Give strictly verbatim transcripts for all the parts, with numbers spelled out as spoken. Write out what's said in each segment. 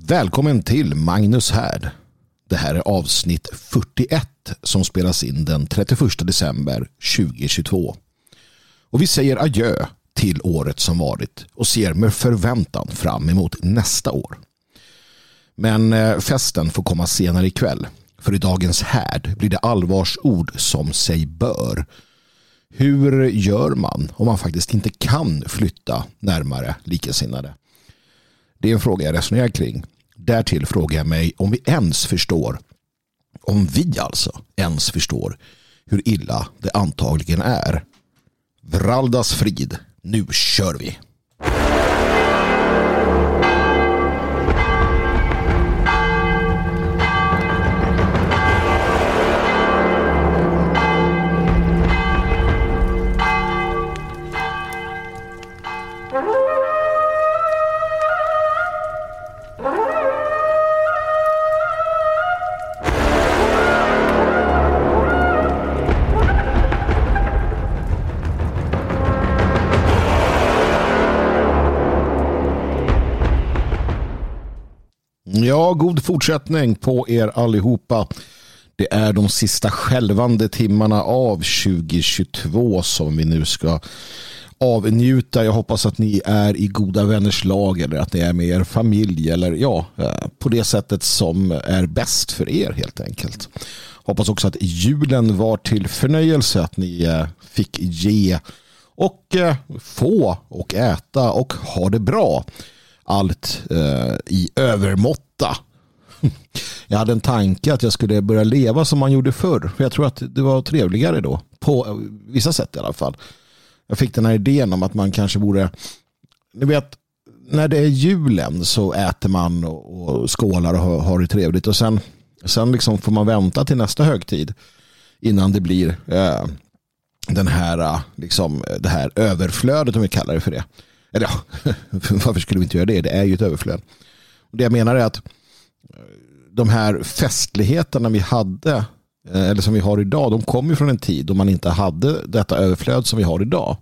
Välkommen till Magnus Härd. Det här är avsnitt fyrtioett som spelas in den trettioförsta december tjugohundratjugotvå. Och vi säger adjö till året som varit och ser med förväntan fram emot nästa år. Men festen får komma senare ikväll, för i dagens härd blir det allvarsord som sig bör. Hur gör man om man faktiskt inte kan flytta närmare likasinnade? Det är en fråga jag resonerar kring. Därtill frågar jag mig om vi ens förstår, om vi alltså ens förstår hur illa det antagligen är. Vraldas frid, nu kör vi! Ja, god fortsättning på er allihopa. Det är de sista skälvande timmarna av tjugohundratjugotvå som vi nu ska avnjuta. Jag hoppas att ni är i goda vänners lag eller att ni är med er familj eller ja, på det sättet som är bäst för er helt enkelt. Hoppas också att julen var till förnöjelse, att ni fick ge och få och äta och ha det bra. Allt eh, i övermåtta. Jag hade en tanke att jag skulle börja leva som man gjorde förr. För jag tror att det var trevligare då. På vissa sätt i alla fall. Jag fick den här idén om att man kanske borde... Ni vet, när det är julen så äter man och, och skålar och har, har det trevligt. Och sen, sen liksom får man vänta till nästa högtid. Innan det blir eh, den här, liksom, det här överflödet, om vi kallar det för det. Eller ja, varför skulle vi inte göra det? Det är ju ett överflöd. Det jag menar är att de här festligheterna vi hade, eller som vi har idag, de kommer från en tid då man inte hade detta överflöd som vi har idag.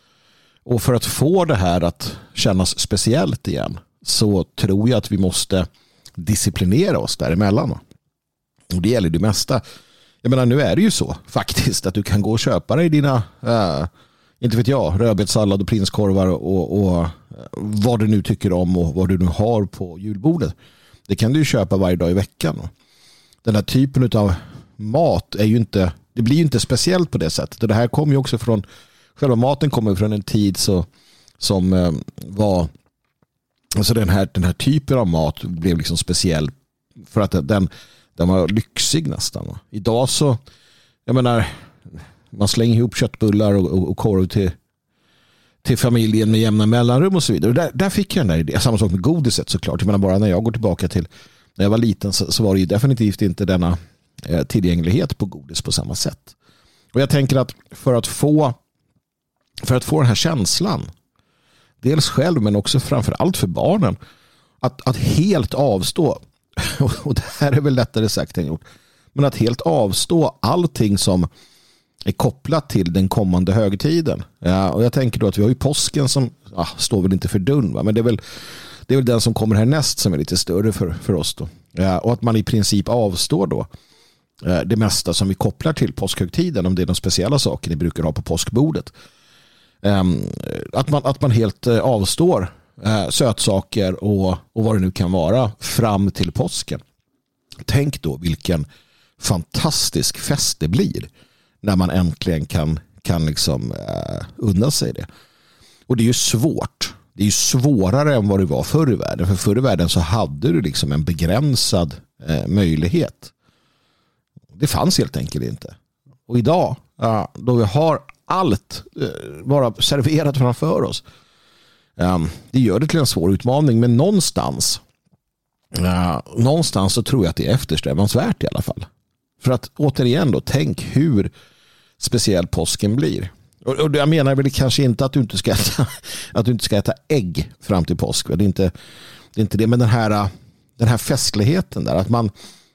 Och för att få det här att kännas speciellt igen så tror jag att vi måste disciplinera oss däremellan. Och det gäller det mesta. Jag menar, nu är det ju så faktiskt att du kan gå och köpa dig dina... Äh, inte vet jag, rödbetssallad och prinskorvar och, och vad du nu tycker om och vad du nu har på julbordet. Det kan du ju köpa varje dag i veckan. Den här typen av mat är ju inte, det blir ju inte speciellt på det sättet. Och det här kommer ju också från, själva maten kommer från en tid så, som eh, var, alltså den här, den här typen av mat blev liksom speciell för att den, den var lyxig nästan. Idag så, jag menar... Man slänger ihop köttbullar och, och, och korv till, till familjen med jämna mellanrum och så vidare. Och där, där fick jag den där idén. Samma sak med godiset såklart. Jag menar, bara när jag går tillbaka till när jag var liten så, så var det ju definitivt inte denna eh, tillgänglighet på godis på samma sätt. Och jag tänker att för att få för att få den här känslan, dels själv men också framförallt för barnen, att, att helt avstå, och det här är väl lättare sagt än gjort, men att helt avstå allting som är kopplat till den kommande högtiden. Ja, och jag tänker då att vi har ju påsken som ja, står väl inte för dörren, va? Men det är väl, det är väl den som kommer härnäst som är lite större för, för oss då. Ja, och att man i princip avstår då eh, det mesta som vi kopplar till påskhögtiden, om det är de speciella saker ni brukar ha på påskbordet. Eh, att, man, att man helt eh, avstår eh, sötsaker och, och vad det nu kan vara fram till påsken. Tänk då vilken fantastisk fest det blir när man äntligen kan, kan liksom, uh, unna sig det. Och det är ju svårt. Det är ju svårare än vad det var förr i världen. För förr i världen så hade du liksom en begränsad uh, möjlighet. Det fanns helt enkelt inte. Och idag, uh, då vi har allt uh, bara serverat framför oss, um, det gör det till en svår utmaning. Men någonstans, uh, någonstans så tror jag att det är eftersträvansvärt i alla fall. För att återigen då, tänk hur speciell påsken blir. Och, och jag menar väl kanske inte att du inte ska äta, att du inte ska äta ägg fram till påsk. Det är inte det, är inte det, men den här, den här festligheten där, att man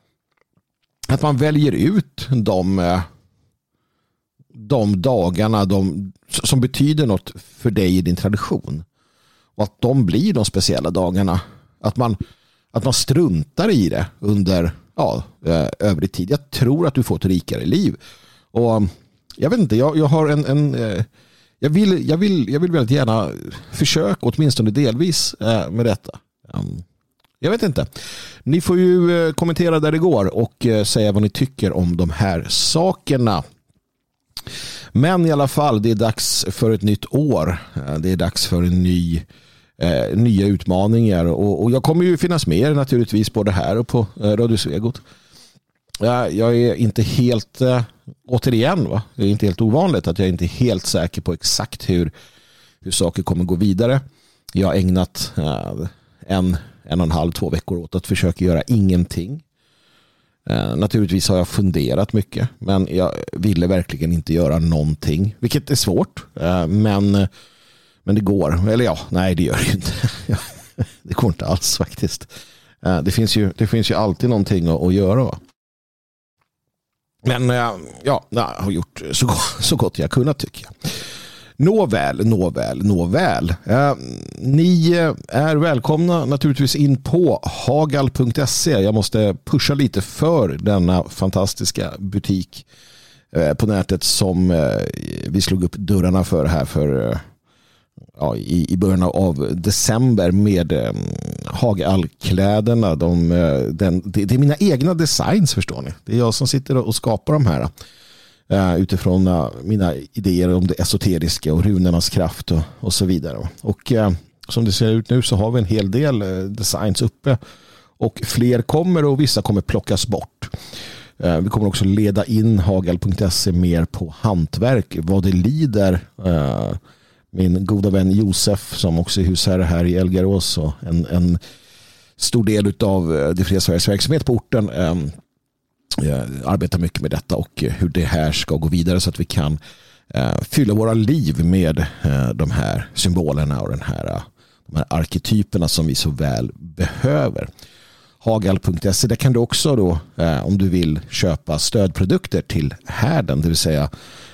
att man väljer ut de, de dagarna de, som betyder något för dig i din tradition. Och att de blir de speciella dagarna. Att man, att man struntar i det under ja, övrig tid. Jag tror att du får ett rikare liv. Och jag vet inte, jag, jag har en, en jag, vill, jag, vill, jag vill väldigt gärna försöka åtminstone delvis med detta. Jag vet inte. Ni får ju kommentera där det går och säga vad ni tycker om de här sakerna. Men i alla fall, det är dags för ett nytt år. Det är dags för en ny, eh, nya utmaningar. Och, och jag kommer ju finnas med naturligtvis både här och på eh, Radio Svegot. Jag, jag är inte helt, eh, återigen, va? Det är inte helt ovanligt att jag inte är helt säker på exakt hur, hur saker kommer gå vidare. Jag har ägnat eh, en, en och en halv, två veckor åt att försöka göra ingenting. Uh, naturligtvis har jag funderat mycket, men jag ville verkligen inte göra någonting, vilket är svårt, uh, men, men det går, eller ja, nej det gör det inte. Det går inte alls faktiskt. Uh, det, finns ju, det finns ju alltid någonting att, att göra, va? Men uh, ja, jag har gjort så, så gott jag kunnat, tycker jag. Nåväl, nåväl, nåväl. Eh, ni är välkomna naturligtvis in på hagal punkt se. Jag måste pusha lite för denna fantastiska butik eh, på nätet som eh, vi slog upp dörrarna för här för eh, ja, i, i början av december med eh, Hagal-kläderna. De, eh, den, det, det är mina egna designs, förstår ni. Det är jag som sitter och skapar de här. Uh, utifrån uh, mina idéer om det esoteriska och runornas kraft och, och så vidare. Och uh, som det ser ut nu så har vi en hel del uh, designs uppe och fler kommer och vissa kommer plockas bort. Uh, vi kommer också leda in hagal punkt se mer på hantverk, vad det lider. Uh, min goda vän Josef som också är husherre här i Elgarås och en, en stor del av uh, det fria Sveriges verksamhet på orten um, Jag arbetar mycket med detta och hur det här ska gå vidare så att vi kan eh, fylla våra liv med eh, de här symbolerna och den här, de här arketyperna som vi så väl behöver. hagal punkt se, där kan du också då, eh, om du vill köpa stödprodukter till härden, det vill säga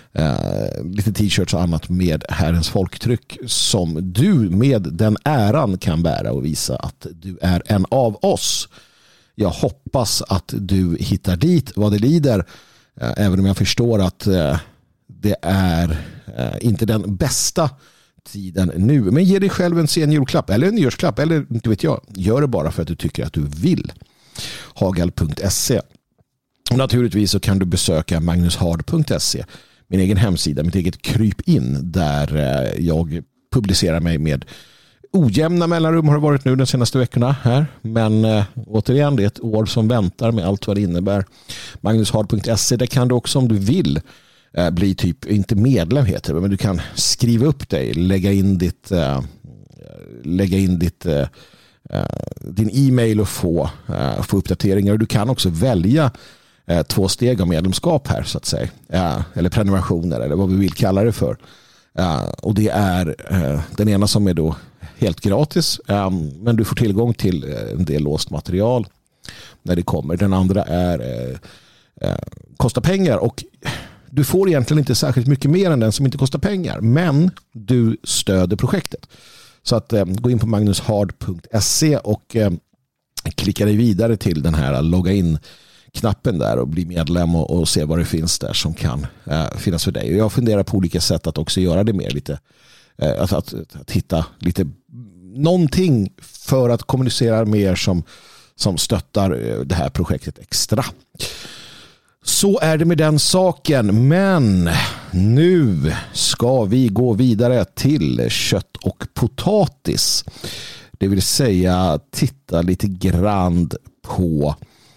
eh, lite t-shirts och annat med härdens folktryck som du med den äran kan bära och visa att du är en av oss. Jag hoppas att du hittar dit vad det lider, även om jag förstår att det är inte den bästa tiden nu. Men ge dig själv en sen julklapp eller en nyårsklapp eller inte vet jag. Gör det bara för att du tycker att du vill. hagal punkt se. Och naturligtvis så kan du besöka magnus hard punkt se, min egen hemsida, mitt eget kryp in där jag publicerar mig med ojämna mellanrum har det varit nu de senaste veckorna här. Men äh, återigen, det är ett år som väntar med allt vad det innebär. magnus hard punkt se, där kan du också om du vill äh, bli typ, inte medlem heter det, men du kan skriva upp dig, lägga in ditt äh, lägga in ditt äh, din e-mail och få, äh, få uppdateringar. Och du kan också välja äh, två steg av medlemskap här så att säga. Äh, eller prenumerationer eller vad vi vill kalla det för. Äh, och det är äh, den ena som är då helt gratis, um, men du får tillgång till uh, en del låst material när det kommer. Den andra är uh, uh, kostar pengar och du får egentligen inte särskilt mycket mer än den som inte kostar pengar, men du stöder projektet. Så att um, gå in på magnus hard punkt se och um, klicka dig vidare till den här logga in-knappen där och bli medlem och, och se vad det finns där som kan uh, finnas för dig. Och jag funderar på olika sätt att också göra det mer lite Att, att, att hitta lite någonting för att kommunicera med er som, som stöttar det här projektet extra. Så är det med den saken, men nu ska vi gå vidare till kött och potatis. Det vill säga titta lite grann på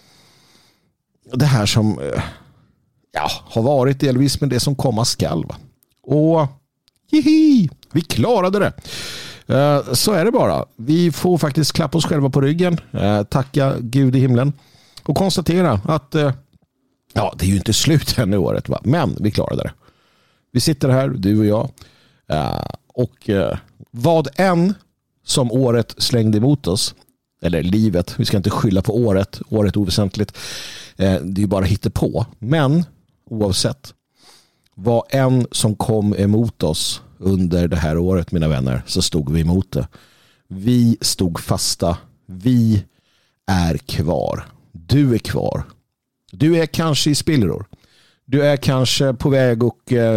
det här som ja, har varit delvis med det som komma skall. Va? Och Jihi, vi klarade det. Så är det bara. Vi får faktiskt klappa oss själva på ryggen, tacka Gud i himlen och konstatera att ja, det är ju inte slut än i året, va? Men vi klarade det. Vi sitter här, du och jag, och vad än som året slängde emot oss, eller livet, vi ska inte skylla på året, året är oväsentligt, det är ju bara hittepå, men oavsett vad än som kom emot oss under det här året, mina vänner, så stod vi emot det. Vi stod fasta. Vi är kvar. Du är kvar. Du är kanske i spillror. Du är kanske på väg och eh,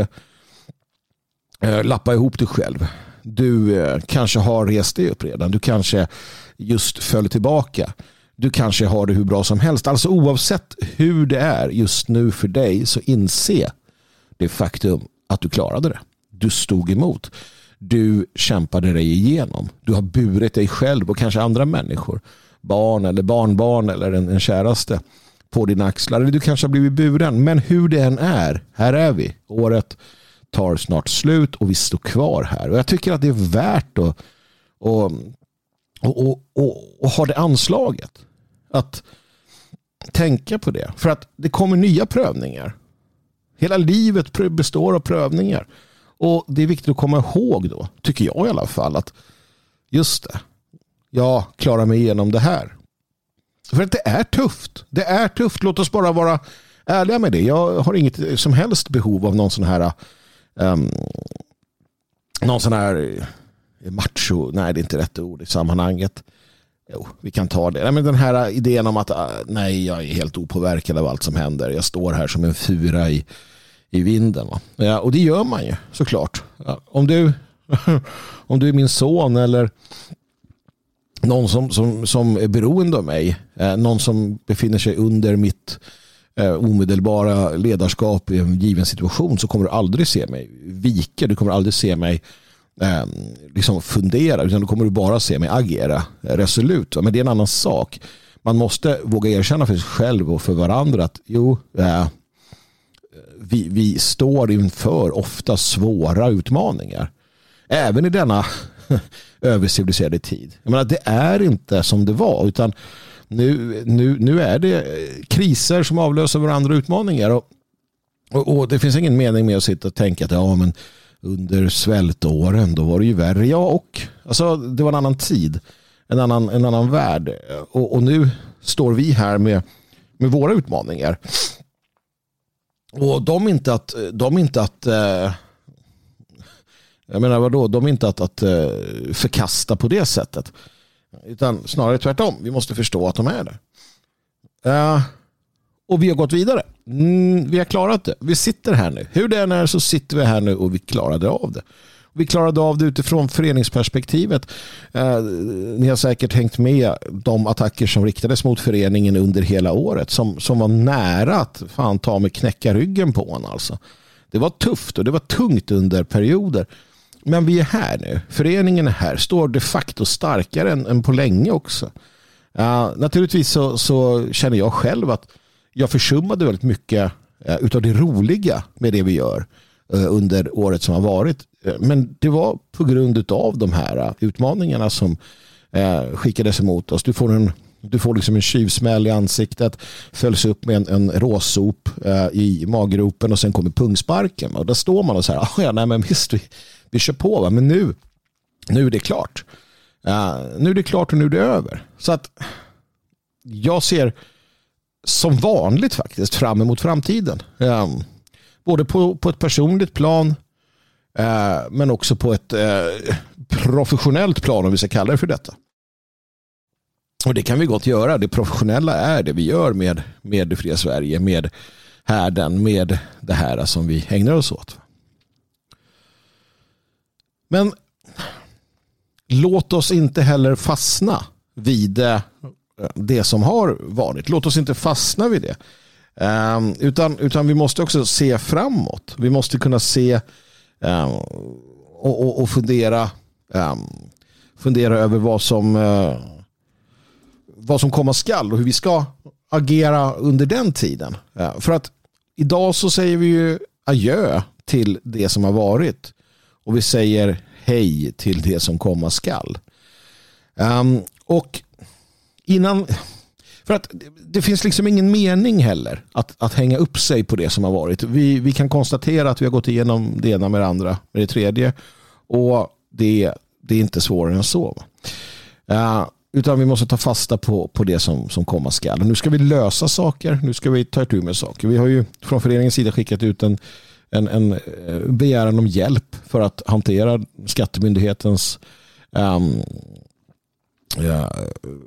lappa ihop dig själv. Du eh, kanske har rest dig upp redan. Du kanske just föll tillbaka. Du kanske har det hur bra som helst. Alltså oavsett hur det är just nu för dig, så inse det faktum att du klarade det. Du stod emot. Du kämpade dig igenom. Du har burit dig själv och kanske andra människor. Barn eller barnbarn eller en, en käraste på dina axlar. Eller du kanske har blivit buren. Men hur det än är, här är vi. Året tar snart slut och vi står kvar här. Och jag tycker att det är värt att och, och, och, och, och ha det anslaget. Att tänka på det. För att det kommer nya prövningar. Hela livet består av prövningar. Och det är viktigt att komma ihåg då, tycker jag i alla fall, att just det, jag klarar mig igenom det här. För att det är tufft. Det är tufft. Låt oss bara vara ärliga med det. Jag har inget som helst behov av någon sån här um, någon sån här macho, nej det är inte rätt ord i sammanhanget. Jo, vi kan ta det. Nej, men den här idén om att nej, jag är helt opåverkad av allt som händer. Jag står här som en fura i, i vinden. Va? Ja, och det gör man ju, såklart. Ja, om du om du är min son eller någon som, som, som är beroende av mig, eh, någon som befinner sig under mitt eh, omedelbara ledarskap i en given situation, så kommer du aldrig se mig vika. Du kommer aldrig se mig eh, liksom fundera, utan du kommer du bara se mig agera resolut. Va? Men det är en annan sak. Man måste våga erkänna för sig själv och för varandra att jo, eh, vi, vi står inför ofta svåra utmaningar. Även i denna överciviliserade tid. Jag menar, det är inte som det var, utan nu, nu, nu är det kriser som avlöser varandra utmaningar. Och, och, och det finns ingen mening med att sitta och tänka att ja, men under svältåren då var det ju värre. Ja, och alltså, det var en annan tid. En annan, en annan värld. Och, och nu står vi här med, med våra utmaningar. Och de inte att... De inte att eh, jag menar vadå? De är inte att, att eh, förkasta på det sättet. Utan snarare tvärtom. Vi måste förstå att de är där. Uh, och vi har gått vidare. Mm, vi har klarat det. Vi sitter här nu. Hur det än är så sitter vi här nu och vi klarade av det. Vi klarade av det utifrån föreningsperspektivet. Uh, ni har säkert hängt med de attacker som riktades mot föreningen under hela året. Som, som var nära att fan ta med knäcka ryggen på en alltså. Det var tufft och det var tungt under perioder. Men vi är här nu. Föreningen är här. Står de facto starkare än, än på länge också. Uh, naturligtvis så, så känner jag själv att jag försummade väldigt mycket uh, utav det roliga med det vi gör uh, under året som har varit. Uh, men det var på grund av de här uh, utmaningarna som uh, skickades emot oss. Du får en Du får liksom en tjuvsmäll i ansiktet, följs upp med en, en råsop uh, i maggropen och sen kommer pungsparken. Och där står man och så här, ah, ja, nej men visst, vi, vi kör på, va? Men nu, nu är det klart. Uh, nu är det klart och nu är det över. Så att jag ser som vanligt faktiskt fram emot framtiden. Um, både på, på ett personligt plan uh, men också på ett uh, professionellt plan, om vi ska kalla det för detta. Och det kan vi gott göra. Det professionella är det vi gör med, med det fria Sverige, med härden, med det här som vi ägnar oss åt. Men låt oss inte heller fastna vid det som har varit. Låt oss inte fastna vid det. Um, utan, utan vi måste också se framåt. Vi måste kunna se um, och, och, och fundera, um, fundera över vad som... Uh, vad som komma skall och hur vi ska agera under den tiden. Ja, för att idag så säger vi ju adjö till det som har varit och vi säger hej till det som komma skall. Um, och innan, för att det finns liksom ingen mening heller att, att hänga upp sig på det som har varit. Vi, vi kan konstatera att vi har gått igenom det ena med det andra med det tredje och det, det är inte svårare än så. Uh, Utan vi måste ta fasta på, på det som, som komma skall. Nu ska vi lösa saker. Nu ska vi ta itu med saker. Vi har ju från föreningens sida skickat ut en, en, en begäran om hjälp för att hantera skattemyndighetens um, ja,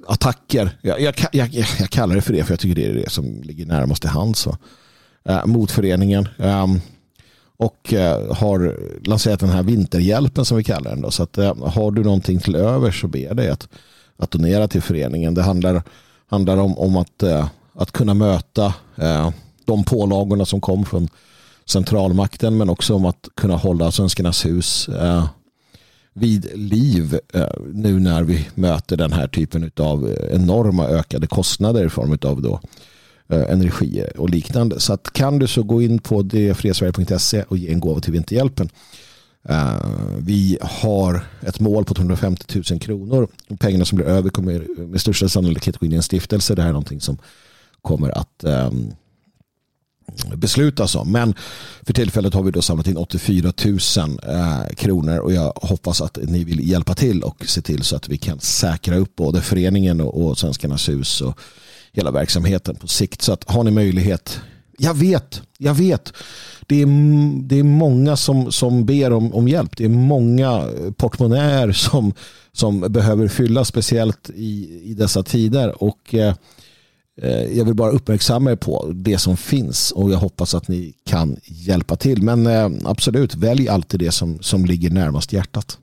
attacker. Jag, jag, jag, jag kallar det för det för jag tycker det är det som ligger närmast till hands. Uh, mot föreningen. Um, och uh, har lanserat den här vinterhjälpen som vi kallar den. Då. Så att, uh, har du någonting till över så ber jag dig att, att donera till föreningen. Det handlar, handlar om, om att, uh, att kunna möta uh, de pålagorna som kom från centralmakten, men också om att kunna hålla Svenskarnas hus uh, vid liv uh, nu när vi möter den här typen av enorma ökade kostnader i form av då energi och liknande. Så att kan du så gå in på d fredsverige punkt se och ge en gåva till Vinterhjälpen. Uh, vi har ett mål på tvåhundrafemtio tusen kronor. Pengarna som blir över kommer med största sannolikhet gå in i en stiftelse. Det här är någonting som kommer att um, beslutas om. Men för tillfället har vi då samlat in åttiofyra tusen uh, kronor och jag hoppas att ni vill hjälpa till och se till så att vi kan säkra upp både föreningen och, och Svenskarnas hus och hela verksamheten på sikt. Så att har ni möjlighet, jag vet, jag vet, det är, det är många som, som ber om, om hjälp. Det är många portmonnäer som, som behöver fyllas, speciellt i, i dessa tider. Och eh, jag vill bara uppmärksamma er på det som finns och jag hoppas att ni kan hjälpa till. Men eh, absolut, välj alltid det som, som ligger närmast hjärtat.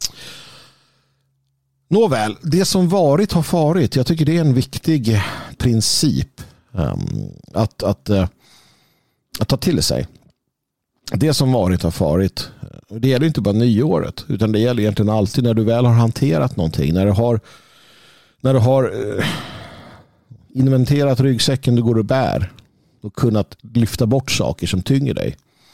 Nåväl, det som varit har farit. Jag tycker det är en viktig princip um, att, att, uh, att ta till sig. Det som varit har farit. Det gäller inte bara nyåret, utan det gäller egentligen alltid när du väl har hanterat någonting. När du har, när du har uh, inventerat ryggsäcken du går och bär och kunnat lyfta bort saker som tynger dig.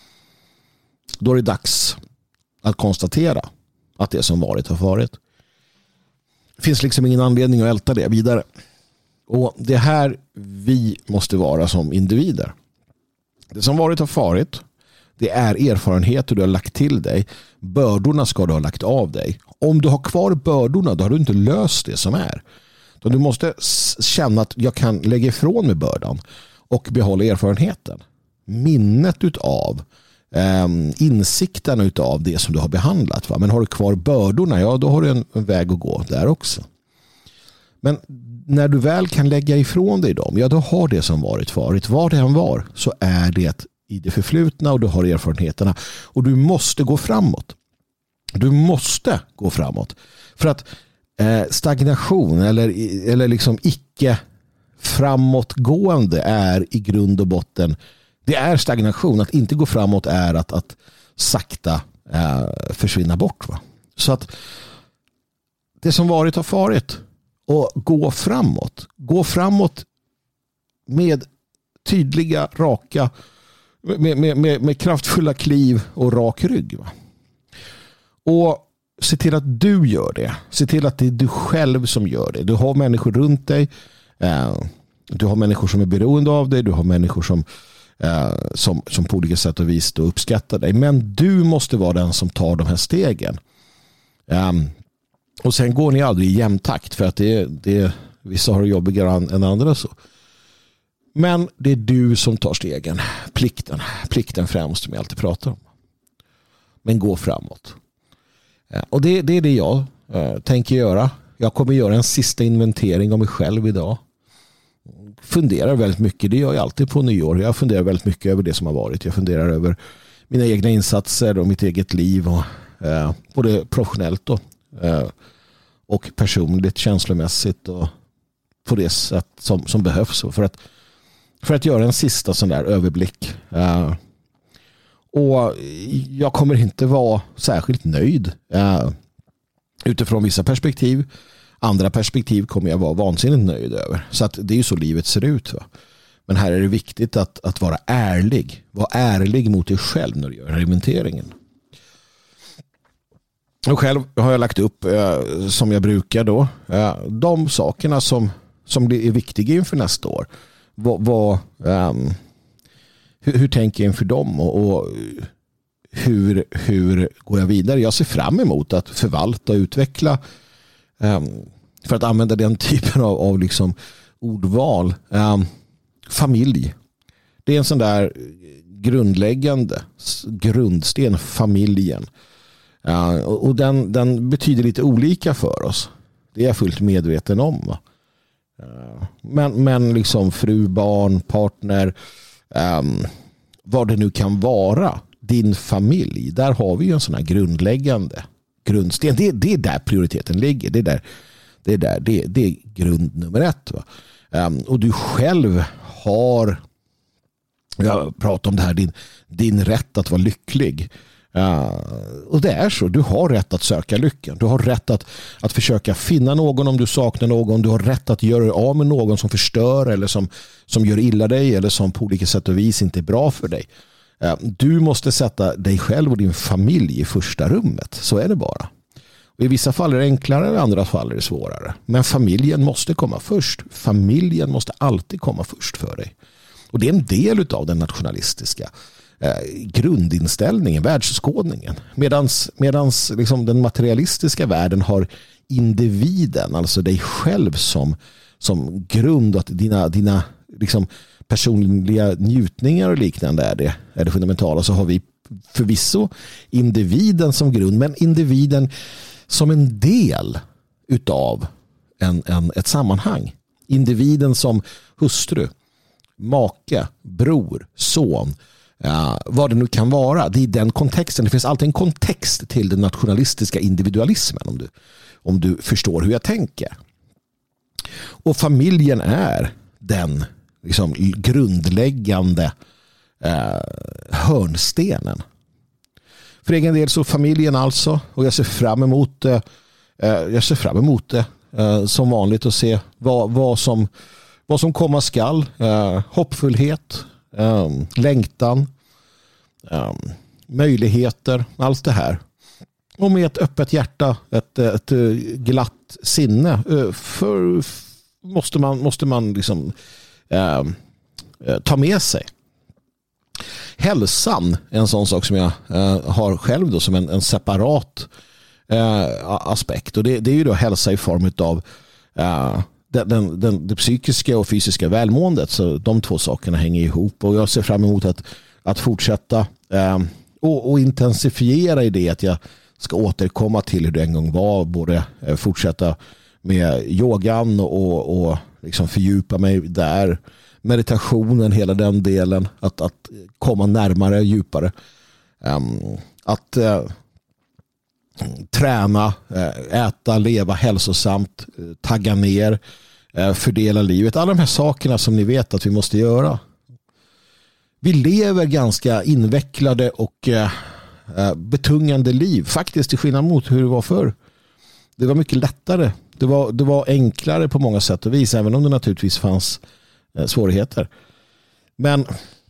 Då är det dags att konstatera att det som varit har farit. Det finns liksom ingen anledning att älta det vidare. Och det här vi måste vara som individer. Det som varit har farit. Det är erfarenheter du har lagt till dig. Bördorna ska du ha lagt av dig. Om du har kvar bördorna, då har du inte löst det som är. Då du måste känna att jag kan lägga ifrån mig bördan och behålla erfarenheten. Minnet utav Um, insikten utav det som du har behandlat. Va? Men har du kvar bördorna, ja då har du en, en väg att gå där också. Men när du väl kan lägga ifrån dig dem, ja då har det som varit farit. Var det än var så är det i det förflutna och du har erfarenheterna. Och du måste gå framåt. Du måste gå framåt. För att eh, stagnation eller, eller liksom icke framåtgående är i grund och botten. Det är stagnation. Att inte gå framåt är att, att sakta eh, försvinna bort. Va? Så att det som varit har farit. Och gå framåt. Gå framåt med tydliga, raka, med, med, med, med kraftfulla kliv och rak rygg. Va? Och se till att du gör det. Se till att det är du själv som gör det. Du har människor runt dig. Eh, du har människor som är beroende av dig. Du har människor som Uh, som, som på olika sätt och vis då uppskattar dig. Men du måste vara den som tar de här stegen. Um, och sen går ni aldrig i jämn takt för att det, det, vissa har det jobbigare än andra. Så. Men det är du som tar stegen. Plikten. Plikten främst som jag alltid pratar om. Men gå framåt. Uh, och det, det är det jag uh, tänker göra. Jag kommer göra en sista inventering av mig själv idag. Funderar väldigt mycket, det gör jag alltid på nyår. Jag funderar väldigt mycket över det som har varit. Jag funderar över mina egna insatser och mitt eget liv och, eh, både professionellt då, eh, och personligt, känslomässigt och på det sätt som, som behövs för att, för att göra en sista sån där överblick. Eh, och jag kommer inte vara särskilt nöjd eh, utifrån vissa perspektiv. Andra perspektiv kommer jag vara vansinnigt nöjd över. Så att det är ju så livet ser ut. Va? Men här är det viktigt att, att vara ärlig. Var ärlig mot dig själv när du gör inventeringen. Och själv har jag lagt upp eh, som jag brukar då. Eh, de sakerna som, som är viktiga inför nästa år. Vad, vad, eh, hur, hur tänker jag inför dem? Och, och hur, hur går jag vidare? Jag ser fram emot att förvalta och utveckla Um, för att använda den typen av, av liksom ordval. Um, familj. Det är en sån där grundläggande grundsten, familjen. Uh, och och den, den betyder lite olika för oss. Det är jag fullt medveten om. Va? Men, men liksom fru, barn, partner, um, vad det nu kan vara, din familj, där har vi ju en sån här grundläggande grundsten. Det, det är där prioriteten ligger. Det är där, det är, där, det, det är grund nummer ett. Va? Um, och du själv har, jag pratar om det här, din, din rätt att vara lycklig. Uh, och det är så, du har rätt att söka lyckan. Du har rätt att, att försöka finna någon om du saknar någon. Du har rätt att göra av med någon som förstör eller som, som gör illa dig eller som på olika sätt och vis inte är bra för dig. Uh, du måste sätta dig själv och din familj i första rummet. Så är det bara. Och i vissa fall är det enklare, i andra fall är det svårare. Men familjen måste komma först. Familjen måste alltid komma först för dig. Och det är en del av den nationalistiska grundinställningen, världsskådningen. Medans, medans liksom den materialistiska världen har individen, alltså dig själv som, som grund, att dina, dina liksom personliga njutningar och liknande är det, är det fundamentala. Så har vi förvisso individen som grund, men individen som en del utav en, en, ett sammanhang. Individen som hustru, make, bror, son, ja, vad det nu kan vara. Det är den kontexten. Det finns alltid en kontext till den nationalistiska individualismen, om du, om du förstår hur jag tänker. Och familjen är den liksom grundläggande eh, hörnstenen. För egen del så familjen alltså, och jag ser fram emot eh, jag ser fram emot det eh, som vanligt och se vad, vad som vad som komma skall. Eh, hoppfullhet, Um, längtan, um, möjligheter, allt det här. Och med ett öppet hjärta, ett, ett glatt sinne, för måste man, måste man liksom uh, ta med sig. Hälsan är en sån sak som jag uh, har själv då som en, en separat uh, aspekt. Och det, det är ju då hälsa i form av uh, Den, den, den, det psykiska och fysiska välmåendet, så de två sakerna hänger ihop, och jag ser fram emot att, att fortsätta eh, och, och intensifiera i det, att jag ska återkomma till hur det en gång var, både eh, fortsätta med yogan och, och liksom fördjupa mig där, meditationen, hela den delen, att, att komma närmare, djupare, um, att eh, träna, äta, leva hälsosamt, tagga ner, fördela livet. Alla de här sakerna som ni vet att vi måste göra. Vi lever ganska invecklade och betungande liv. Faktiskt till skillnad mot hur det var förr. Det var mycket lättare. Det var, det var enklare på många sätt och vis, även om det naturligtvis fanns svårigheter. Men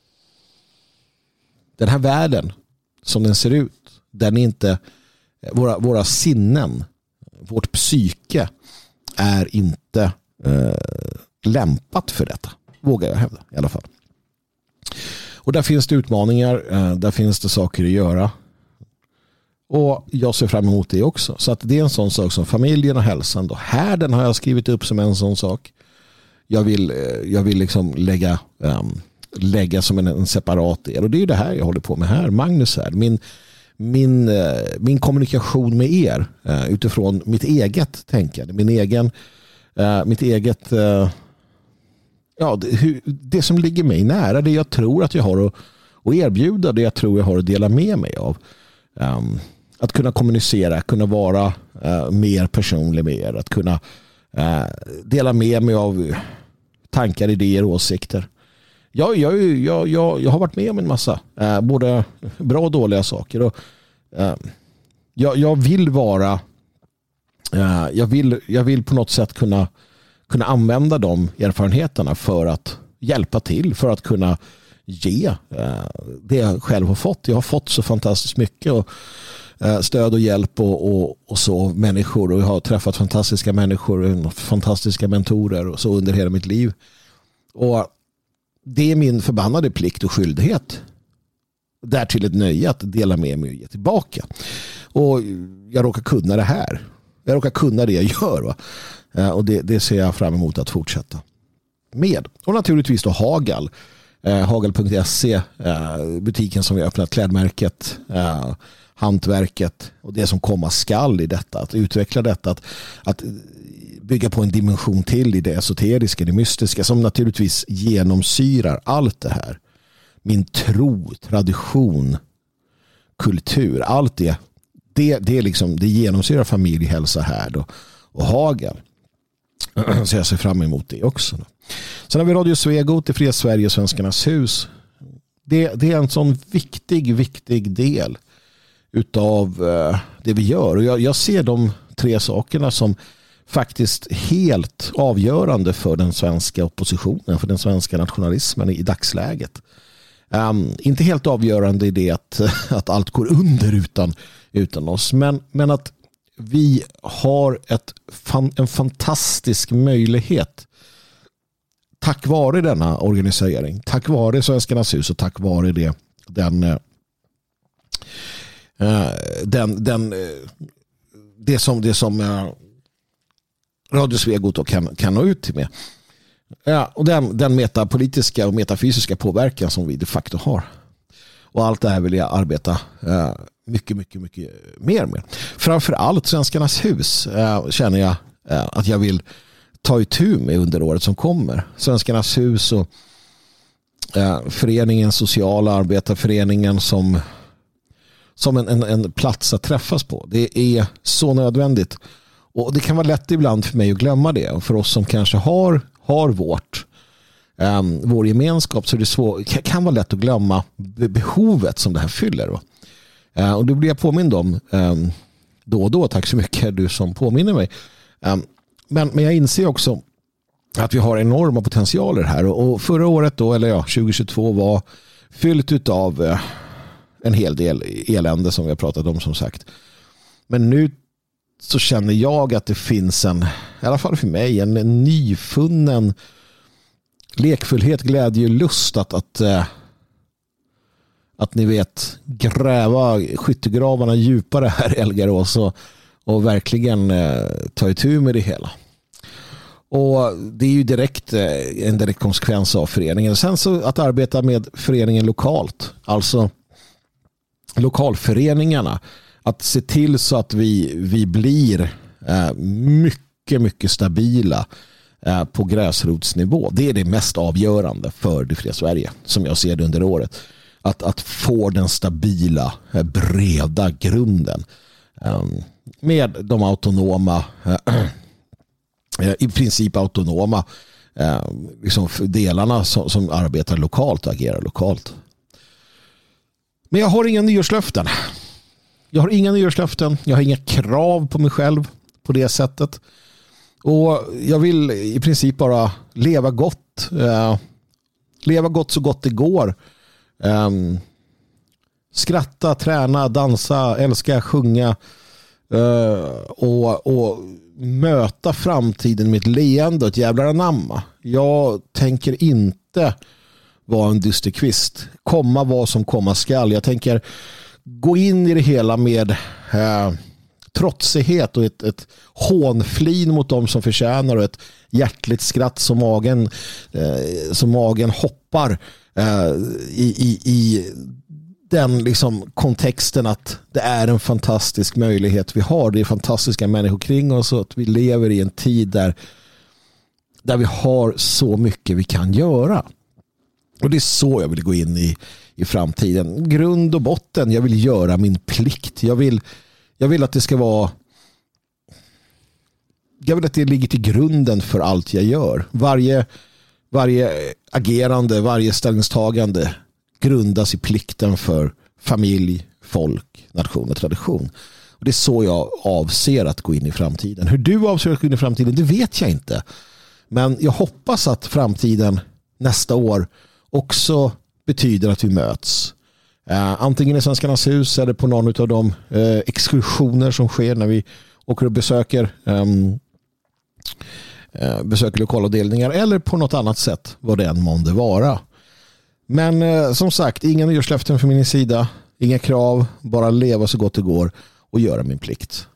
den här världen som den ser ut, den är inte Våra, våra sinnen, vårt psyke är inte eh, lämpat för detta, vågar jag hävda i alla fall. Och där finns det utmaningar, eh, där finns det saker att göra. Och jag ser fram emot det också. Så att det är en sån sak som familjen och hälsan. Då. Här den har jag skrivit upp som en sån sak. Jag vill, eh, jag vill liksom lägga, eh, lägga som en, en separat del. Och det är ju det här jag håller på med här. Magnus här, min Min, min kommunikation med er utifrån mitt eget tänkande, min egen, mitt eget, ja, det, det som ligger mig nära, det jag tror att jag har att, att erbjuda, det jag tror jag har att dela med mig av. Att kunna kommunicera, kunna vara mer personlig med er, att kunna dela med mig av tankar, idéer och åsikter. Jag, jag, jag, jag, jag har varit med om en massa, eh, både bra och dåliga saker. Och, eh, jag, jag vill vara, eh, jag, vill, jag vill på något sätt kunna, kunna använda de erfarenheterna för att hjälpa till, för att kunna ge eh, det jag själv har fått. Jag har fått så fantastiskt mycket och, eh, stöd och hjälp och, och, och så människor, och jag har träffat fantastiska människor, fantastiska mentorer och så under hela mitt liv. Och det är min förbannade plikt och skyldighet, därtill ett nöje, att dela med mig och ge tillbaka. Och jag råkar kunna det här. Jag råkar kunna det jag gör. Va? Och det, det ser jag fram emot att fortsätta med. Och naturligtvis då Hagal. Eh, Hagal punkt se, eh, butiken som vi har öppnat, klädmärket, eh, hantverket och det som komma skall i detta. Att utveckla detta. Att, att bygga på en dimension till i det esoteriska, det mystiska som naturligtvis genomsyrar allt det här. Min tro, tradition, kultur, allt det det, det, är liksom, det genomsyrar familj, hälsa, härd och, och Hagen. Så jag ser fram emot det också. Sen har vi Radio Svegot, Det fria Sverige och Svenskarnas hus. Det, det är en sån viktig, viktig del utav uh, det vi gör. Och jag, jag ser de tre sakerna som faktiskt helt avgörande för den svenska oppositionen, för den svenska nationalismen i dagsläget. Um, inte helt avgörande i det att, att allt går under utan, utan oss, men, men att vi har ett, en fantastisk möjlighet tack vare denna organisering, tack vare Svenskarnas hus och tack vare det, den, uh, den, den, uh, det som, det som uh, Radio Svegot kan, kan nå ut med. Ja, och den, den metapolitiska och metafysiska påverkan som vi de facto har. Och allt det här vill jag arbeta uh, mycket, mycket, mycket mer med. Framförallt Svenskarnas hus uh, känner jag uh, att jag vill ta itu med under året som kommer. Svenskarnas hus och uh, föreningen, sociala arbetarföreningen som, som en, en, en plats att träffas på. Det är så nödvändigt. Och det kan vara lätt ibland för mig att glömma det. Och för oss som kanske har, har vårt, um, vår gemenskap så är det svår, kan vara lätt att glömma behovet som det här fyller. Uh, och det blir jag påmind om um, då och då. Tack så mycket du som påminner mig. Um, men, men jag inser också att vi har enorma potentialer här. Och, och förra året då, eller ja, tjugohundratjugotvå var fyllt utav uh, en hel del elände som vi har pratat om som sagt. Men nu så känner jag att det finns en, i alla fall för mig, en, en nyfunnen lekfullhet, glädje och lust att, att, att ni vet gräva skyttegravarna djupare här i Elgarås och, och verkligen eh, ta itu med det hela. Och det är ju direkt eh, en direkt konsekvens av föreningen. Sen så att arbeta med föreningen lokalt, alltså lokalföreningarna, att se till så att vi, vi blir eh, mycket, mycket stabila eh, på gräsrotsnivå. Det är det mest avgörande för Det fria Sverige som jag ser det under året. Att, att få den stabila, eh, breda grunden eh, med de autonoma, eh, i princip autonoma eh, liksom delarna som, som arbetar lokalt och agerar lokalt. Men jag har inga nyårslöften. Jag har inga nyårslöften. Jag har inga krav på mig själv på det sättet. Och jag vill i princip bara leva gott. Eh, leva gott så gott det går. Eh, skratta, träna, dansa, älska, sjunga. Eh, och, och möta framtiden med ett leende och ett jävla anamma. Jag tänker inte vara en dysterkvist. Komma vad som komma skall. Jag tänker gå in i det hela med eh, trotsighet och ett, ett hånflin mot dem som förtjänar och ett hjärtligt skratt som magen, eh, som magen hoppar eh, i, i, i den liksom kontexten att det är en fantastisk möjlighet vi har. Det är fantastiska människor kring oss och att vi lever i en tid där, där vi har så mycket vi kan göra. Och det är så jag vill gå in i i framtiden. Grund och botten, jag vill göra min plikt. Jag vill, jag vill att det ska vara jag vill att det ligger till grunden för allt jag gör. Varje, varje agerande, varje ställningstagande grundas i plikten för familj, folk, nation och tradition. Och det är så jag avser att gå in i framtiden. Hur du avser att gå in i framtiden, det vet jag inte. Men jag hoppas att framtiden nästa år också betyder att vi möts. Uh, antingen i Svenskarnas hus eller på någon av de uh, exkursioner som sker när vi åker och besöker um, uh, besöker lokalavdelningar eller på något annat sätt, vad det än månde vara. Men uh, som sagt, inga nyårslöften från min sida, inga krav, bara leva så gott det går och göra min plikt.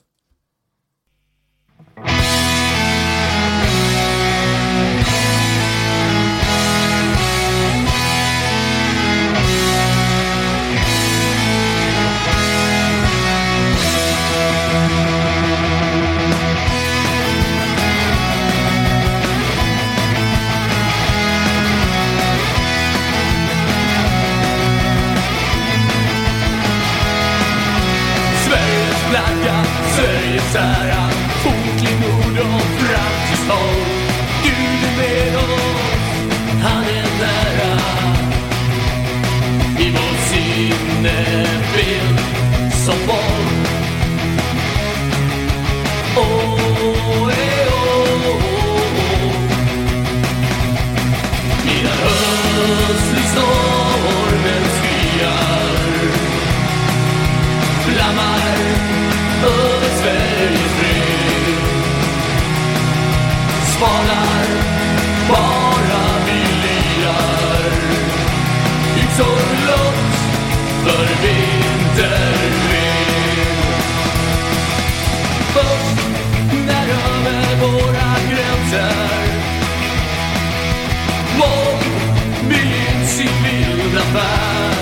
bildaffär.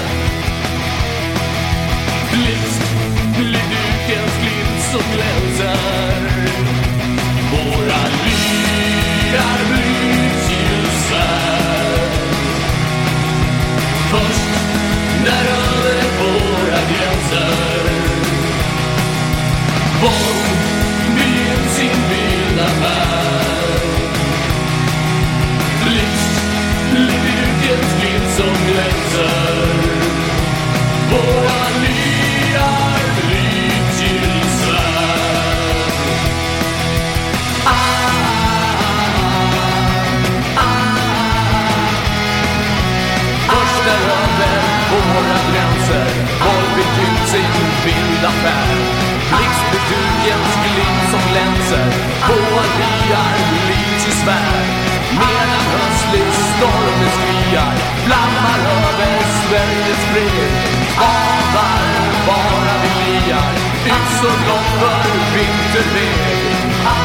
Blixt blir dukens glimt som glänser. Våra lyar bryts ljusar. Först när över våra gränser Våld begynner sin bildaffär. Blixt blir dukens glimt som glänser. Våra lyar bryts ljusar. Ah, ah, ah. Först när över våra gränser Våld betytt sin bildaffär. Blixt blir dukens glimt som glänser. Våra lyar bryts i svärd. Medan höstlig stormen skriar flammar över Sveriges bred. Avar bara vi liar ut så långt för vinterväg.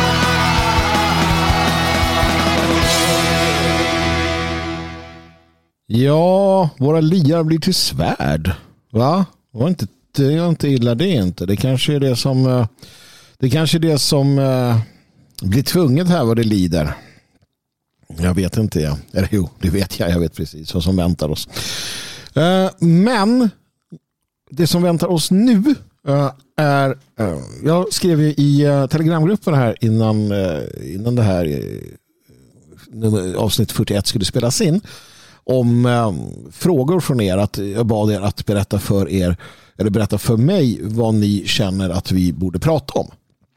Ja, våra liar blir till svärd. Va? Var inte, det är inte illa det inte. Det kanske är det som det kanske är det som uh, blir tvunget här vad det lider. Jag vet inte jag. Eller jo, det vet jag. Jag vet precis vad som väntar oss. Uh, men det som väntar oss nu uh, är uh, jag skrev ju i uh, telegramgruppen här innan, uh, innan det här uh, avsnitt fyrtioett skulle spelas in om uh, frågor från er, att jag bad er att berätta för er eller berätta för mig vad ni känner att vi borde prata om.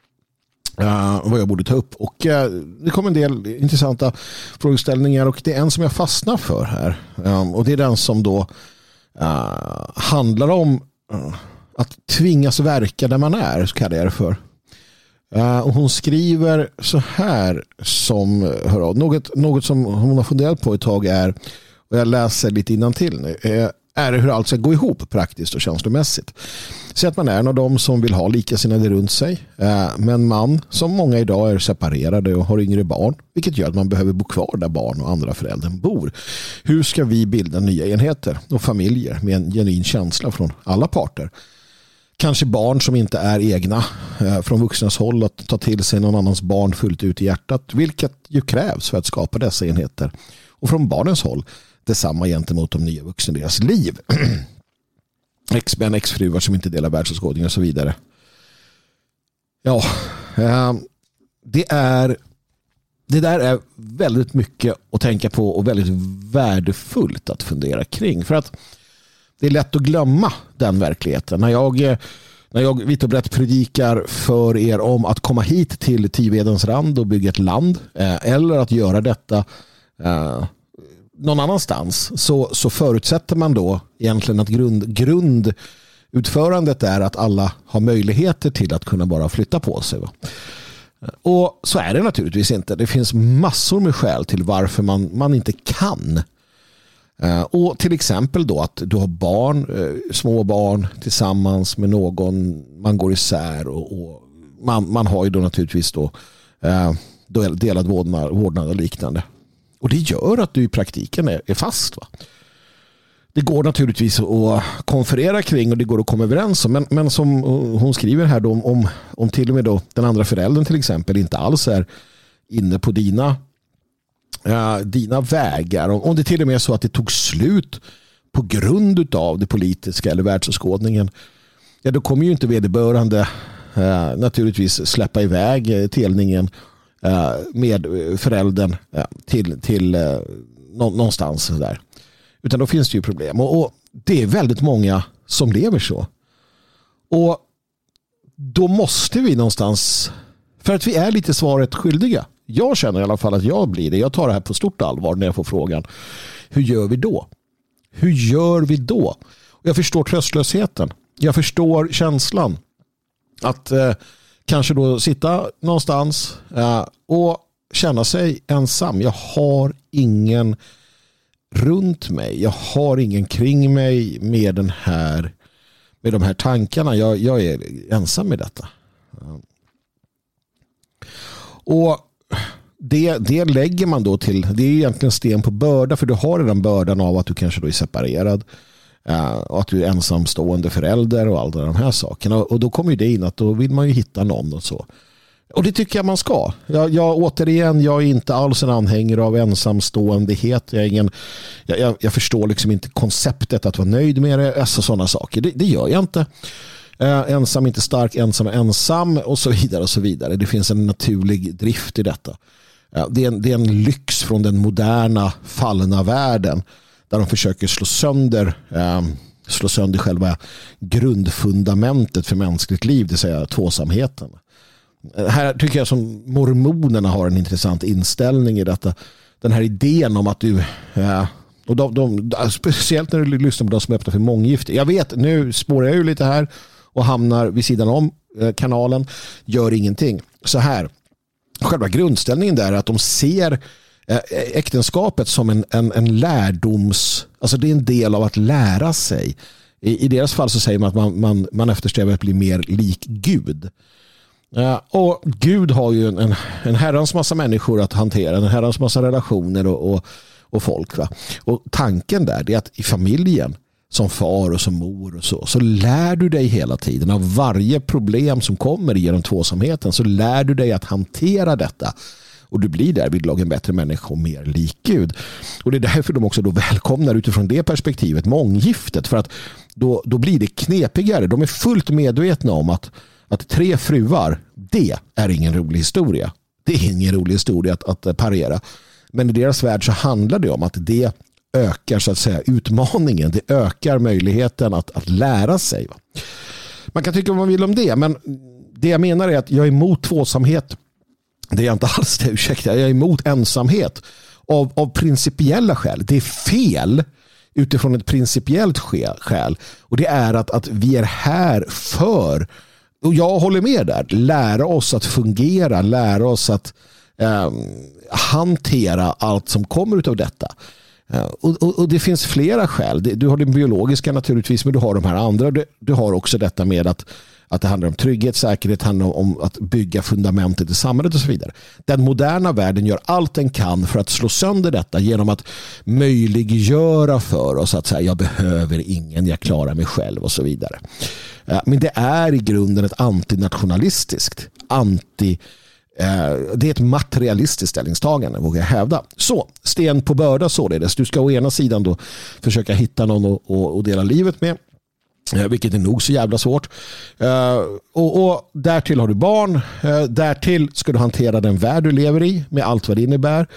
Uh, vad jag borde ta upp. Och uh, det kom en del intressanta frågeställningar och det är en som jag fastnar för här. Um, och det är den som då uh, handlar om uh, att tvingas verka där man är, så kallar jag det för. Uh, och hon skriver så här som hör av, något, något som hon har funderat på ett tag är, och jag läser lite innantill nu, är, är det hur allt ska gå ihop praktiskt och känslomässigt. Så att man är en av dem som vill ha likasinnade runt sig, men man som många idag är separerade och har yngre barn, vilket gör att man behöver bo kvar där barn och andra föräldrar bor. Hur ska vi bilda nya enheter och familjer med en genuin känsla från alla parter? Kanske barn som inte är egna från vuxnas håll att ta till sig någon annans barn fullt ut i hjärtat, vilket ju krävs för att skapa dessa enheter. Och från barnens håll detsamma gentemot de nya vuxna i deras liv. Ex-män, ex-fruar som inte delar världsåskådning och så vidare. Ja, det är det där är väldigt mycket att tänka på och väldigt värdefullt att fundera kring, för att det är lätt att glömma den verkligheten. När jag när jag vitt och brett predikar för er om att komma hit till Tivedens rand och bygga ett land, eller att göra detta någon annanstans, så, så förutsätter man då egentligen att grund, grundutförandet är att alla har möjligheter till att kunna bara flytta på sig. Va? Och så är det naturligtvis inte. Det finns massor med skäl till varför man, man inte kan. Och till exempel då att du har barn, små barn tillsammans med någon, man går isär och, och man, man har ju då naturligtvis då, då delad vårdnad, vårdnad och liknande. Och det gör att du i praktiken är, är fast. Va? Det går naturligtvis att konferera kring och det går att komma överens om. Men, men som hon skriver här då, om, om till och med då den andra föräldern till exempel inte alls är inne på dina, äh, dina vägar. Om, om det till och med är så att det tog slut på grund av det politiska eller världsåskådningen, ja, då kommer ju inte vederbörande äh, naturligtvis släppa iväg telningen med föräldern till, till någonstans där. Utan då finns det ju problem. Och, och det är väldigt många som lever så. Och då måste vi någonstans, för att vi är lite svaret skyldiga. Jag känner i alla fall att jag blir det. Jag tar det här på stort allvar när jag får frågan. Hur gör vi då? Hur gör vi då? Och jag förstår tröstlösheten. Jag förstår känslan att eh, kanske då sitta någonstans eh, och känna sig ensam. Jag har ingen runt mig. Jag har ingen kring mig med den här, med de här tankarna. Jag, jag är ensam med detta. Och det, det lägger man då till, det är egentligen sten på börda, för du har redan bördan av att du kanske då är separerad uh, och att du är ensamstående förälder och alla de här sakerna. Och, och då kommer ju det in att då vill man ju hitta någon och så. Och det tycker jag man ska. Jag, jag, återigen, jag är inte alls en anhängare av ensamståendehet. Jag, är ingen, jag, jag, jag förstår liksom inte konceptet att vara nöjd med det. Alltså sådana saker. Det, det gör jag inte. Uh, ensam inte stark, ensam ensam och så vidare och så vidare. Det finns en naturlig drift i detta. Uh, det, är en, det är en lyx från den moderna fallna världen där de försöker slå sönder uh, slå sönder själva grundfundamentet för mänskligt liv, det vill säga tvåsamheten. Här tycker jag som mormonerna har en intressant inställning i detta. Den här idén om att du... Ja, och de, de, speciellt när du lyssnar på de som är öppna för månggifte. Jag vet, nu spårar jag ju lite här och hamnar vid sidan om kanalen. Gör ingenting. Så här. Själva grundställningen där är att de ser äktenskapet som en, en, en lärdoms... Alltså det är en del av att lära sig. I, i deras fall så säger man att man, man, man eftersträvar att bli mer lik Gud. Ja, och Gud har ju en, en, en herrans massa människor att hantera, en herrans massa relationer och, och, och folk. Va? Och tanken där är att i familjen, som far och som mor och så, så lär du dig hela tiden av varje problem som kommer genom tvåsamheten, så lär du dig att hantera detta. Och du blir därvidlag en bättre människa och mer lik Gud. Och det är därför de också då välkomnar utifrån det perspektivet månggiftet, för att då, då blir det knepigare. De är fullt medvetna om att Att tre fruar, det är ingen rolig historia. Det är ingen rolig historia att, att parera. Men i deras värld så handlar det om att det ökar så att säga utmaningen. Det ökar möjligheten att, att lära sig. Man kan tycka vad man vill om det, men det jag menar är att jag är emot tvåsamhet. Det är jag inte alls det, ursäkta. Jag är emot ensamhet av, av principiella skäl. Det är fel utifrån ett principiellt skäl. Och det är att, att vi är här för... Och jag håller med där. Lära oss att fungera. Lära oss att eh, hantera allt som kommer ut av detta. Eh, och, och, och det finns flera skäl. Du har det biologiska naturligtvis, men du har de här andra. Du, du har också detta med att, att det handlar om trygghet, säkerhet, handlar om att bygga fundamentet i samhället och så vidare. Den moderna världen gör allt den kan för att slå sönder detta genom att möjliggöra för oss att säga jag behöver ingen, jag klarar mig själv och så vidare. Men det är i grunden ett antinationalistiskt, anti, eh, det är ett materialistiskt ställningstagande, vågar jag hävda. Så, sten på börda således. Du ska å ena sidan då försöka hitta någon och, och, och dela livet med, eh, vilket är nog så jävla svårt. Eh, och, och därtill har du barn. Eh, därtill ska du hantera den värld du lever i med allt vad det innebär.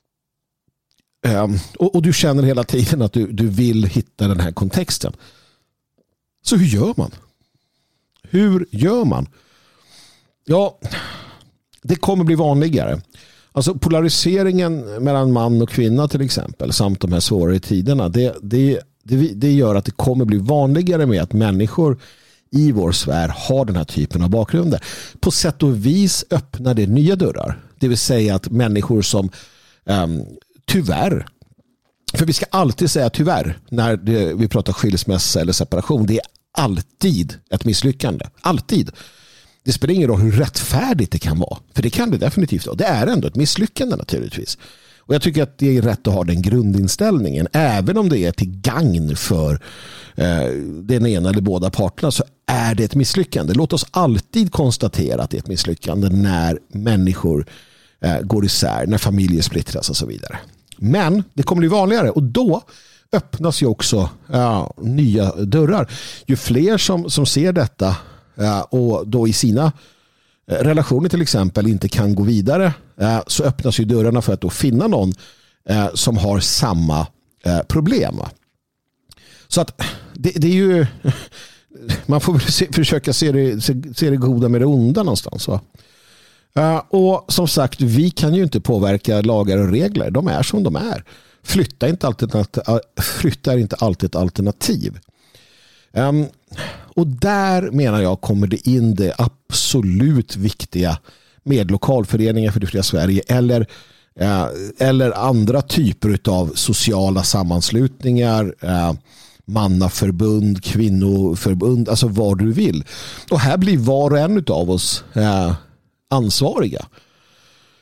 Eh, och, och du känner hela tiden att du, du vill hitta den här kontexten. Så hur gör man? Hur gör man? Ja, det kommer bli vanligare. Alltså polariseringen mellan man och kvinna till exempel, samt de här svårare tiderna, det, det, det, det gör att det kommer bli vanligare med att människor i vår sfär har den här typen av bakgrunder. På sätt och vis öppnar det nya dörrar. Det vill säga att människor som um, tyvärr, för vi ska alltid säga tyvärr när det, vi pratar skilsmässa eller separation, det är alltid ett misslyckande. Alltid. Det spelar ingen roll hur rättfärdigt det kan vara. För det kan det definitivt vara. Det är ändå ett misslyckande naturligtvis. Och jag tycker att det är rätt att ha den grundinställningen. Även om det är till gagn för eh, den ena eller båda parterna, så är det ett misslyckande. Låt oss alltid konstatera att det är ett misslyckande när människor eh, går isär, när familjer splittras och så vidare. Men det kommer bli vanligare, och då öppnas ju också ja, nya dörrar. Ju fler som, som ser detta ja, och då i sina relationer till exempel inte kan gå vidare, ja, så öppnas ju dörrarna för att då finna någon ja, som har samma ja, problem. Så att det, det är ju man får se, försöka se det, se, se det goda med det onda någonstans. Va? Ja, och som sagt, vi kan ju inte påverka lagar och regler. De är som de är. Flytta inte alltid, flytta är inte alltid ett alternativ. Um, och där menar jag kommer det in det absolut viktiga med lokalföreningar för det fria Sverige eller, uh, eller andra typer av sociala sammanslutningar, uh, mannaförbund, kvinnoförbund, alltså vad du vill. Och här blir var och en av oss uh, ansvariga.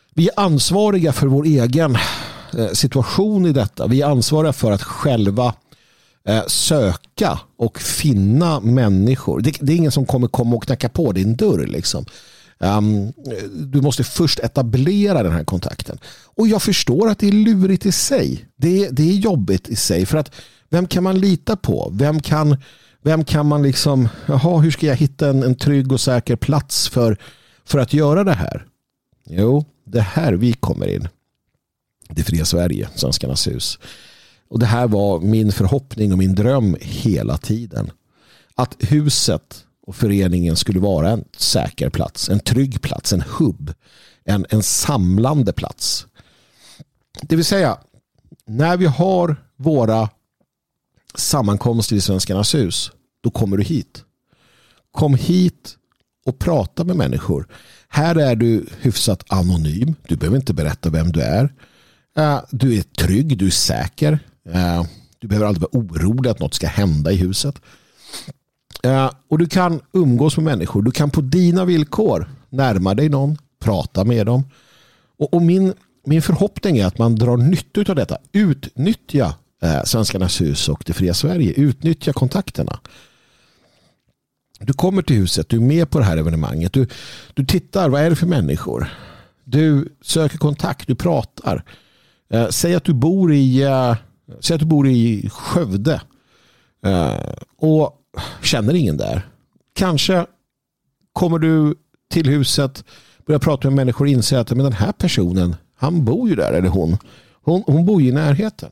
Vi är ansvariga för vår egen situation i detta. Vi är ansvariga för att själva söka och finna människor. Det, det är ingen som kommer komma och knacka på din dörr liksom. Um, du måste först etablera den här kontakten. Och jag förstår att det är lurigt i sig. Det är, det är jobbigt i sig. För att vem kan man lita på? Vem kan, vem kan man liksom, jaha, hur ska jag hitta en, en trygg och säker plats för, för att göra det här? Jo, det här vi kommer in. Det fria Sverige, Svenskarnas hus. Och det här var min förhoppning och min dröm hela tiden. Att huset och föreningen skulle vara en säker plats, en trygg plats, en hubb, en, en samlande plats. Det vill säga, när vi har våra sammankomster i Svenskarnas hus, då kommer du hit. Kom hit och prata med människor. Här är du hyfsat anonym. Du behöver inte berätta vem du är. Du är trygg, du är säker. Du behöver aldrig vara orolig att något ska hända i huset. Och du kan umgås med människor. Du kan på dina villkor närma dig någon, prata med dem. Och, och min, min förhoppning är att man drar nytta av detta. Utnyttja eh, Svenskarnas hus och det fria Sverige. Utnyttja kontakterna. Du kommer till huset, du är med på det här evenemanget. Du, du tittar, vad är det för människor? Du söker kontakt, du pratar. Eh, säg att du bor i, eh, säg att du bor i Skövde. Eh, och känner ingen där. Kanske kommer du till huset, börjar prata med människor och inser att men den här personen, han bor ju där, eller hon. Hon, hon bor ju i närheten.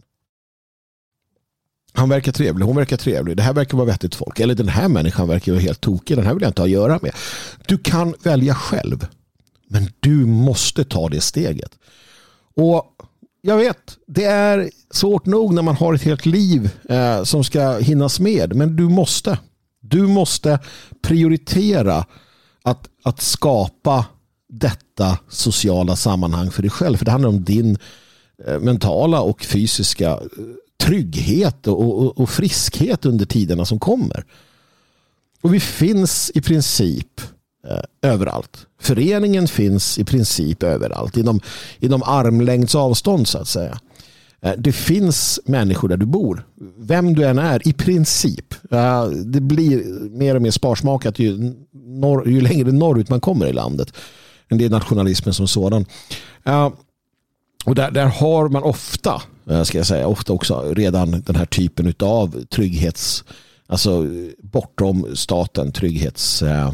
Han verkar trevlig, hon verkar trevlig. Det här verkar vara vettigt folk. Eller den här människan verkar vara helt tokig. Den här vill jag inte ha att göra med. Du kan välja själv. Men du måste ta det steget. Och jag vet, det är svårt nog när man har ett helt liv eh, som ska hinnas med. Men du måste. Du måste prioritera att, att skapa detta sociala sammanhang för dig själv. För det handlar om din eh, mentala och fysiska eh, trygghet och, och, och friskhet under tiderna som kommer. Och vi finns i princip eh, överallt. Föreningen finns i princip överallt. Inom, inom armlängds avstånd så att säga. Eh, det finns människor där du bor. Vem du än är i princip. Eh, det blir mer och mer sparsmakat ju, norr, ju längre norrut man kommer i landet. Det är nationalismen som sådan. Eh, Och där, där har man ofta, ska jag säga, ofta också redan den här typen av trygghets, alltså bortom staten, trygghets, eh,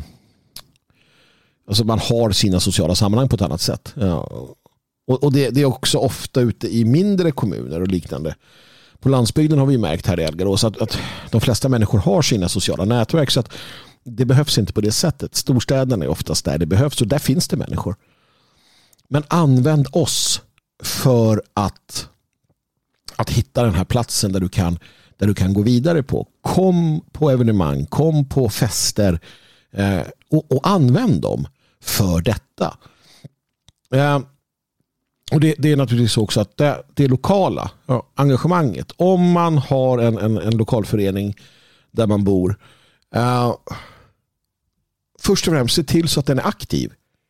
alltså man har sina sociala sammanhang på ett annat sätt. Ja. Och, och det, det är också ofta ute i mindre kommuner och liknande. På landsbygden har vi märkt här i Elgarås att, att de flesta människor har sina sociala nätverk, så att det behövs inte på det sättet. Storstäderna är oftast där det behövs, och där finns det människor. Men använd oss för att, att hitta den här platsen där du kan, där du kan gå vidare på. Kom på evenemang, kom på fester eh, och, och använd dem för detta. Eh, och det, det är naturligtvis också att det, det lokala ja, engagemanget, om man har en, en, en lokalförening där man bor, eh, först och främst se till så att den är aktiv.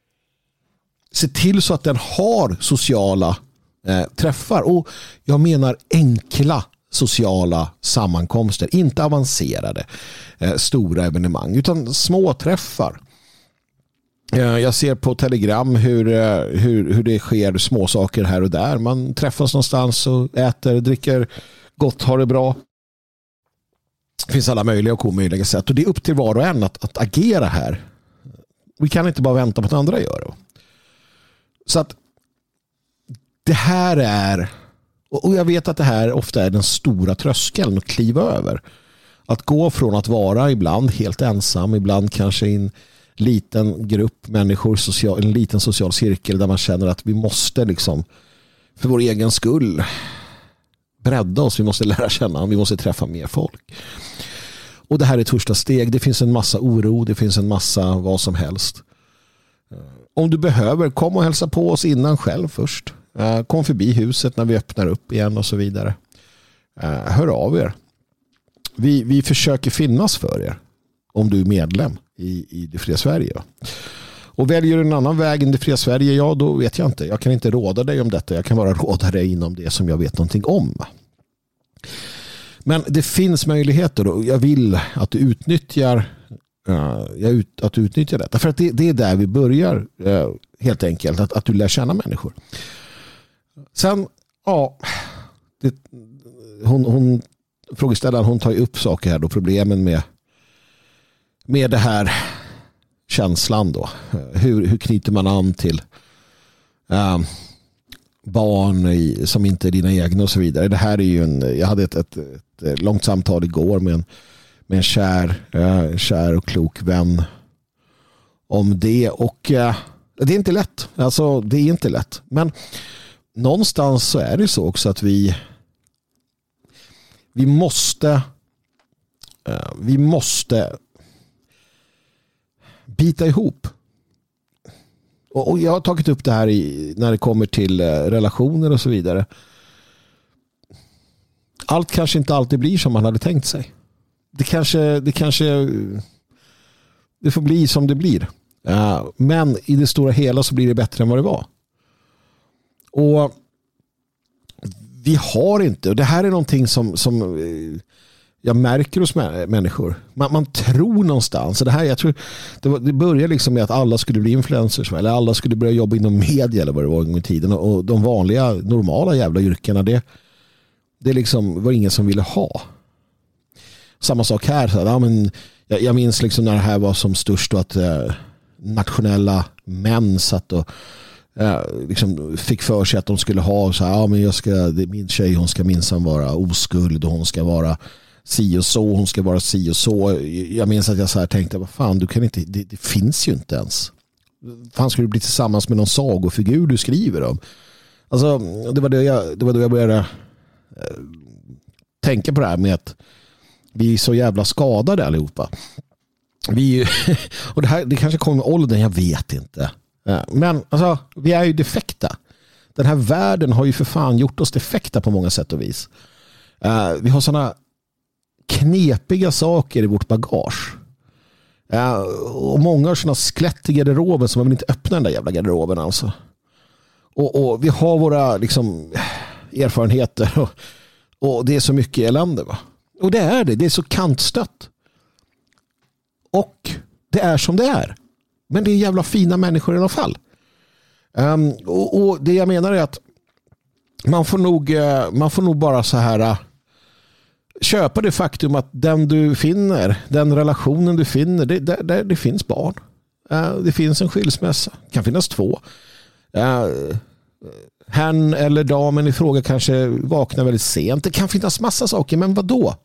Se till så att den har sociala eh, träffar. Och jag menar enkla sociala sammankomster. Inte avancerade eh, stora evenemang, utan små träffar. Eh, jag ser på Telegram hur, eh, hur, hur det sker små saker här och där. Man träffas någonstans och äter, dricker gott, har det bra. Det finns alla möjliga och omöjliga sätt. Och det är upp till var och en att, att agera här. Vi kan inte bara vänta på att andra gör det. Så att det här är, och jag vet att det här ofta är den stora tröskeln att kliva över. Att gå från att vara ibland helt ensam, ibland kanske i en liten grupp människor, social, en liten social cirkel där man känner att vi måste liksom för vår egen skull bredda oss, vi måste lära känna, vi måste träffa mer folk. Och det här är ett första steg. Det finns en massa oro, det finns en massa vad som helst. Om du behöver, kom och hälsa på oss innan själv först. Kom förbi huset när vi öppnar upp igen och så vidare. Hör av er. Vi, vi försöker finnas för er om du är medlem i, i det fria Sverige. Och väljer du en annan väg än det fria Sverige, ja då vet jag inte. Jag kan inte råda dig om detta. Jag kan bara råda dig inom det som jag vet någonting om. Men det finns möjligheter och jag vill att du utnyttjar uh, att du utnyttjar detta. För att det, det är där vi börjar uh, helt enkelt. Att, att du lär känna människor. Sen, ja, det, hon, hon frågeställaren, hon tar ju upp saker här då, problemen med med det här känslan då. Hur, hur knyter man an till uh, barn i, som inte är dina egna och så vidare. Det här är ju en, jag hade ett, ett, ett långt samtal igår med en, med en kär, uh, kär och klok vän om det och uh, det är inte lätt. Alltså det är inte lätt. Men någonstans så är det så också att vi vi måste uh, vi måste bita ihop. Och, och jag har tagit upp det här i, när det kommer till uh, relationer och så vidare. Allt kanske inte alltid blir som man hade tänkt sig. Det kanske det kanske det får bli som det blir. Uh, men i det stora hela så blir det bättre än vad det var. Och vi har inte, och det här är någonting som, som jag märker hos människor. Man, man tror någonstans, och det här, jag tror, det, var, det började liksom med att alla skulle bli influencers, eller alla skulle börja jobba inom media eller vad det var en gång i tiden. Och de vanliga, normala jävla yrkena, det, det liksom var ingen som ville ha. Samma sak här. Så, ja, men, jag, jag minns liksom när det här var som störst och att eh, nationella män satt och Uh, liksom fick för sig att de skulle ha så här, ja men jag ska, det, min tjej hon ska minsann vara oskuld och hon ska vara si och så, hon ska vara si och så. Jag minns att jag så här tänkte, vad fan, du kan inte, det, det finns ju inte ens. Fan, ska du bli tillsammans med någon sagofigur du skriver om? Alltså det var det jag, det var då jag började uh, tänka på det här med att vi är så jävla skadade allihopa. Vi och det här, det kanske kommer med åldern, jag vet inte. Men alltså, vi är ju defekta. Den här världen har ju för fan gjort oss defekta på många sätt och vis. Uh, vi har såna knepiga saker i vårt bagage. Uh, och många har såna skelett i garderoben som man vill inte öppna den där jävla garderoben alltså. Och, och vi har våra liksom erfarenheter och, och det är så mycket elände, va? Och det är det, det är så kantstött. Och det är som det är. Men det är jävla fina människor i alla fall. Um, och, och det jag menar är att man får nog, uh, man får nog bara så här uh, köpa det faktum att den du finner, den relationen du finner, det, det, det, det finns barn. Uh, det finns en skilsmässa. Det kan finnas två. Uh, herrn eller damen i fråga kanske vaknar väldigt sent. Det kan finnas massa saker, men vad då?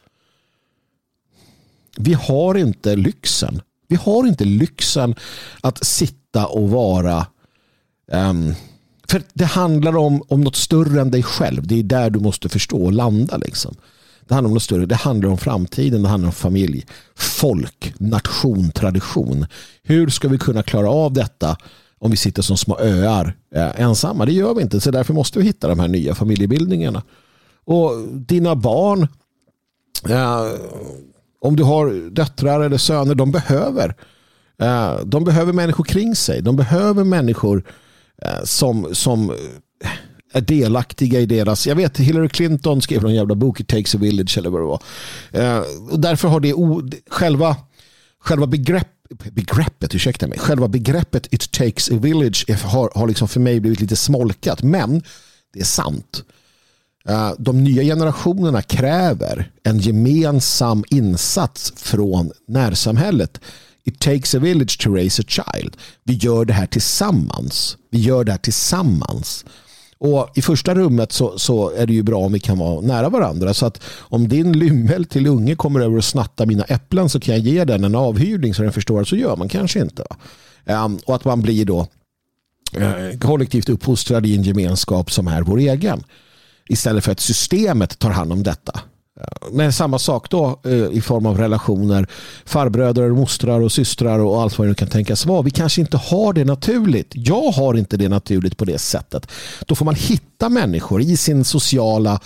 Vi har inte lyxen. Vi har inte lyxen att sitta och vara um, för det handlar om, om något större än dig själv. Det är där du måste förstå och landa liksom. Det handlar om något större. Det handlar om framtiden. Det handlar om familj, folk, nation, tradition. Hur ska vi kunna klara av detta om vi sitter som små öar eh, ensamma? Det gör vi inte. Så därför måste vi hitta de här nya familjebildningarna. Och dina barn eh, om du har döttrar eller söner, de behöver uh, de behöver människor kring sig. De behöver människor uh, som, som är delaktiga i deras... Jag vet, Hillary Clinton skrev någon jävla bok, It Takes a Village eller vad det var. Uh, och därför har det o, själva, själva begrepp, begreppet, ursäkta mig, själva begreppet It Takes a Village har, har liksom för mig blivit lite smolkat. Men det är sant. De nya generationerna kräver en gemensam insats från närsamhället. It takes a village to raise a child. Vi gör det här tillsammans. Vi gör det här tillsammans. Och i första rummet så, så är det ju bra om vi kan vara nära varandra. Så att om din lymmel till unge kommer över och snatta mina äpplen så kan jag ge den en avhyrning så den förstår att så gör man kanske inte. Um, och att man blir då uh, kollektivt uppfostrad i en gemenskap som är vår egen. Istället för att systemet tar hand om detta. Men samma sak då i form av relationer. Farbröder, mostrar och systrar och allt vad det kan tänkas vara. Vi kanske inte har det naturligt. Jag har inte det naturligt på det sättet. Då får man hitta människor i sin sociala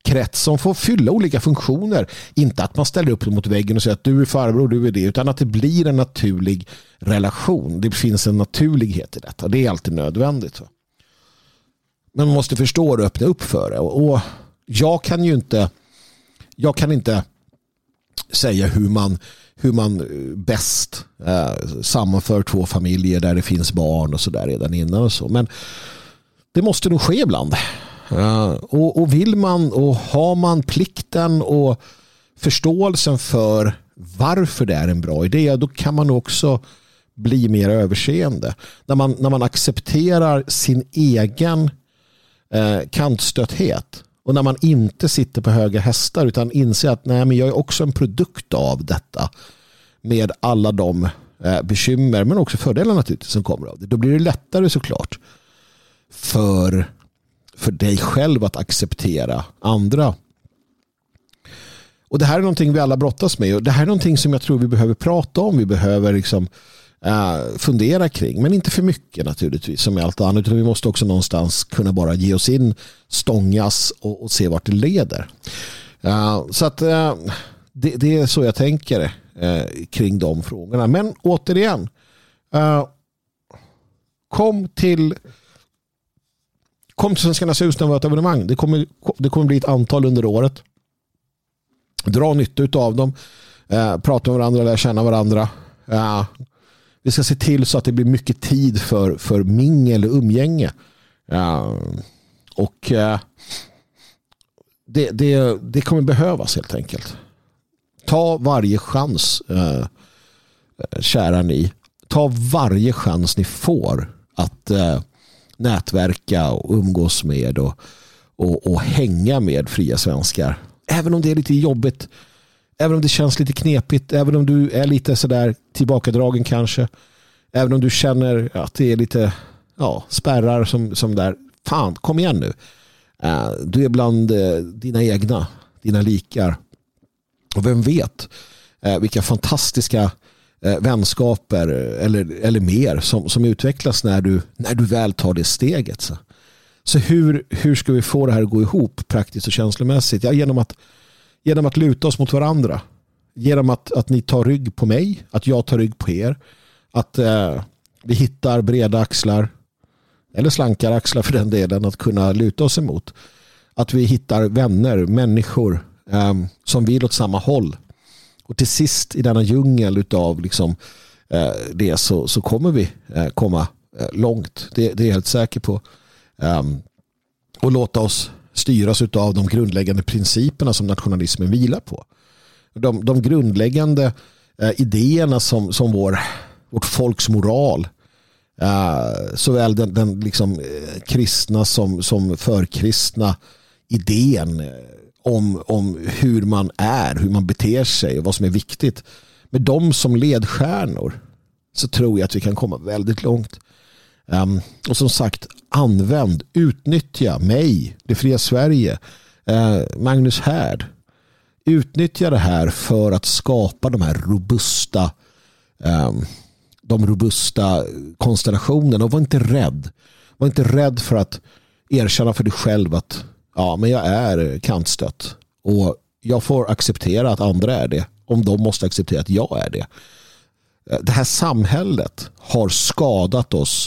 krets som får fylla olika funktioner. Inte att man ställer upp mot väggen och säger att du är farbror, du är det, utan att det blir en naturlig relation. Det finns en naturlighet i detta. Det är alltid nödvändigt. Va? Men man måste förstå och öppna upp för det. Och jag kan ju inte jag kan inte säga hur man hur man bäst eh, sammanför två familjer där det finns barn och så där redan innan och så. Men det måste nog ske ibland. Uh, och, och vill man och har man plikten och förståelsen för varför det är en bra idé, då kan man också bli mer överseende. När man, när man accepterar sin egen uh, kantstöthet och när man inte sitter på höga hästar utan inser att nej, men jag är också en produkt av detta med alla de uh, bekymmer men också fördelar naturligtvis som kommer av det. Då blir det lättare såklart för för dig själv att acceptera andra. Och det här är någonting vi alla brottas med och det här är någonting som jag tror vi behöver prata om, vi behöver liksom äh, fundera kring, men inte för mycket naturligtvis som med allt annat, utan vi måste också någonstans kunna bara ge oss in, stångas och, och se vart det leder. Uh, så att uh, det, det är så jag tänker uh, kring de frågorna. Men återigen, uh, kom till Kom till Svenskarnas hus när vi har ett evenemang. Det kommer, det kommer bli ett antal under året. Dra nytta av dem. Eh, prata med varandra, lära känna varandra. Eh, vi ska se till så att det blir mycket tid för, för mingel och umgänge. Eh, och eh, det, det, det kommer behövas helt enkelt. Ta varje chans, eh, kära ni. Ta varje chans ni får att eh, nätverka och umgås med och, och, och hänga med fria svenskar. Även om det är lite jobbigt, även om det känns lite knepigt, även om du är lite sådär tillbakadragen kanske, även om du känner att det är lite ja, spärrar som, som där, fan, kom igen nu. Uh, du är bland uh, dina egna, dina likar. Och vem vet uh, vilka fantastiska vänskaper eller, eller mer som, som utvecklas när du, när du väl tar det steget. Så, så hur, hur ska vi få det här att gå ihop praktiskt och känslomässigt? Ja, genom, att, genom att luta oss mot varandra. Genom att, att ni tar rygg på mig, att jag tar rygg på er. Att eh, vi hittar breda axlar eller slankare axlar för den delen att kunna luta oss emot. Att vi hittar vänner, människor eh, som vill åt samma håll. Och till sist i denna djungel utav liksom, eh, det så, så kommer vi eh, komma eh, långt. Det, det är jag helt säker på. Um, och låta oss styras utav de grundläggande principerna som nationalismen vilar på. De, de grundläggande eh, idéerna som, som vår, vårt folks moral. Uh, såväl den, den liksom, eh, kristna som, som förkristna idén eh, Om, om hur man är, hur man beter sig och vad som är viktigt. Med dem som ledstjärnor så tror jag att vi kan komma väldigt långt. Um, och som sagt, använd, utnyttja mig, det fria Sverige, uh, Magnus Härd. Utnyttja det här för att skapa de här robusta um, de robusta konstellationerna och var inte rädd. Var inte rädd för att erkänna för dig själv att ja, men jag är kantstött och jag får acceptera att andra är det om de måste acceptera att jag är det. Det här samhället har skadat oss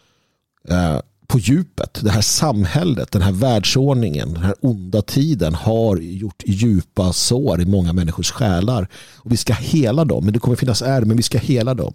eh, på djupet. Det här samhället, den här världsordningen, den här onda tiden har gjort djupa sår i många människors själar och vi ska hela dem, men det kommer finnas ärr, men vi ska hela dem.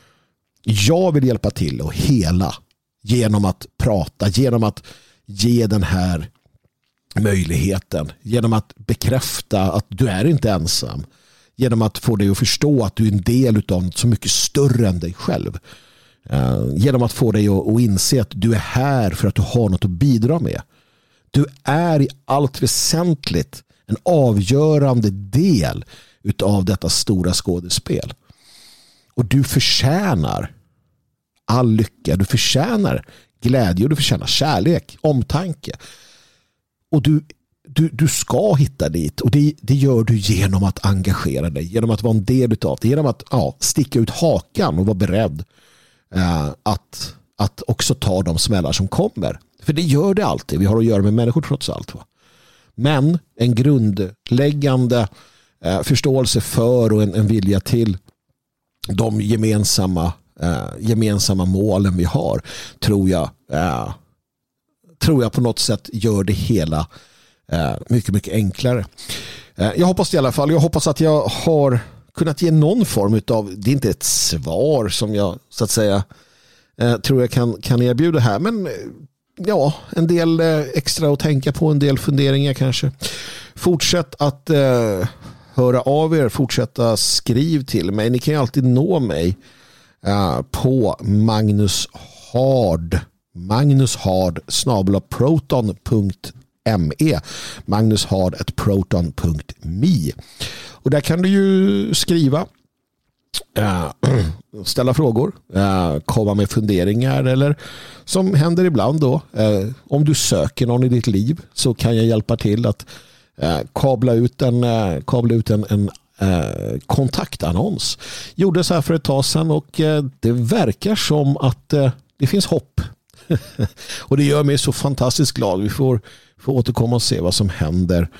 Jag vill hjälpa till och hela genom att prata, genom att ge den här möjligheten, genom att bekräfta att du är inte ensam, genom att få dig att förstå att du är en del av något så mycket större än dig själv, uh, genom att få dig att, att inse att du är här för att du har något att bidra med. Du är i allt väsentligt en avgörande del utav detta stora skådespel. Och du förtjänar all lycka, du förtjänar glädje och du förtjänar kärlek, omtanke. Och du, du, du ska hitta dit och det, det gör du genom att engagera dig, genom att vara en del utav det, genom att ja, sticka ut hakan och vara beredd eh, att, att också ta de smällar som kommer. För det gör det alltid. Vi har att göra med människor trots allt. Va? Men en grundläggande eh, förståelse för och en, en vilja till de gemensamma, eh, gemensamma målen vi har tror jag, eh, tror jag på något sätt gör det hela eh, mycket, mycket enklare. Eh, jag hoppas i alla fall, jag hoppas att jag har kunnat ge någon form av, det är inte ett svar som jag så att säga eh, tror jag kan, kan erbjuda här, men ja, en del eh, extra att tänka på, en del funderingar kanske. Fortsätt att eh, höra av er, fortsätta skriv till mig. Ni kan ju alltid nå mig uh, på Magnus Hard Magnus Hard snabel-a proton punkt me Magnus Hard at proton punkt me. Och där kan du ju skriva, uh, ställa frågor, uh, komma med funderingar, eller som händer ibland då, uh, om du söker någon i ditt liv så kan jag hjälpa till att Uh, kabla ut en, uh, kabla ut en, en uh, kontaktannons. Gjorde så här för ett tag sedan och uh, det verkar som att uh, det finns hopp. Och det gör mig så fantastiskt glad. Vi får, får återkomma och se vad som händer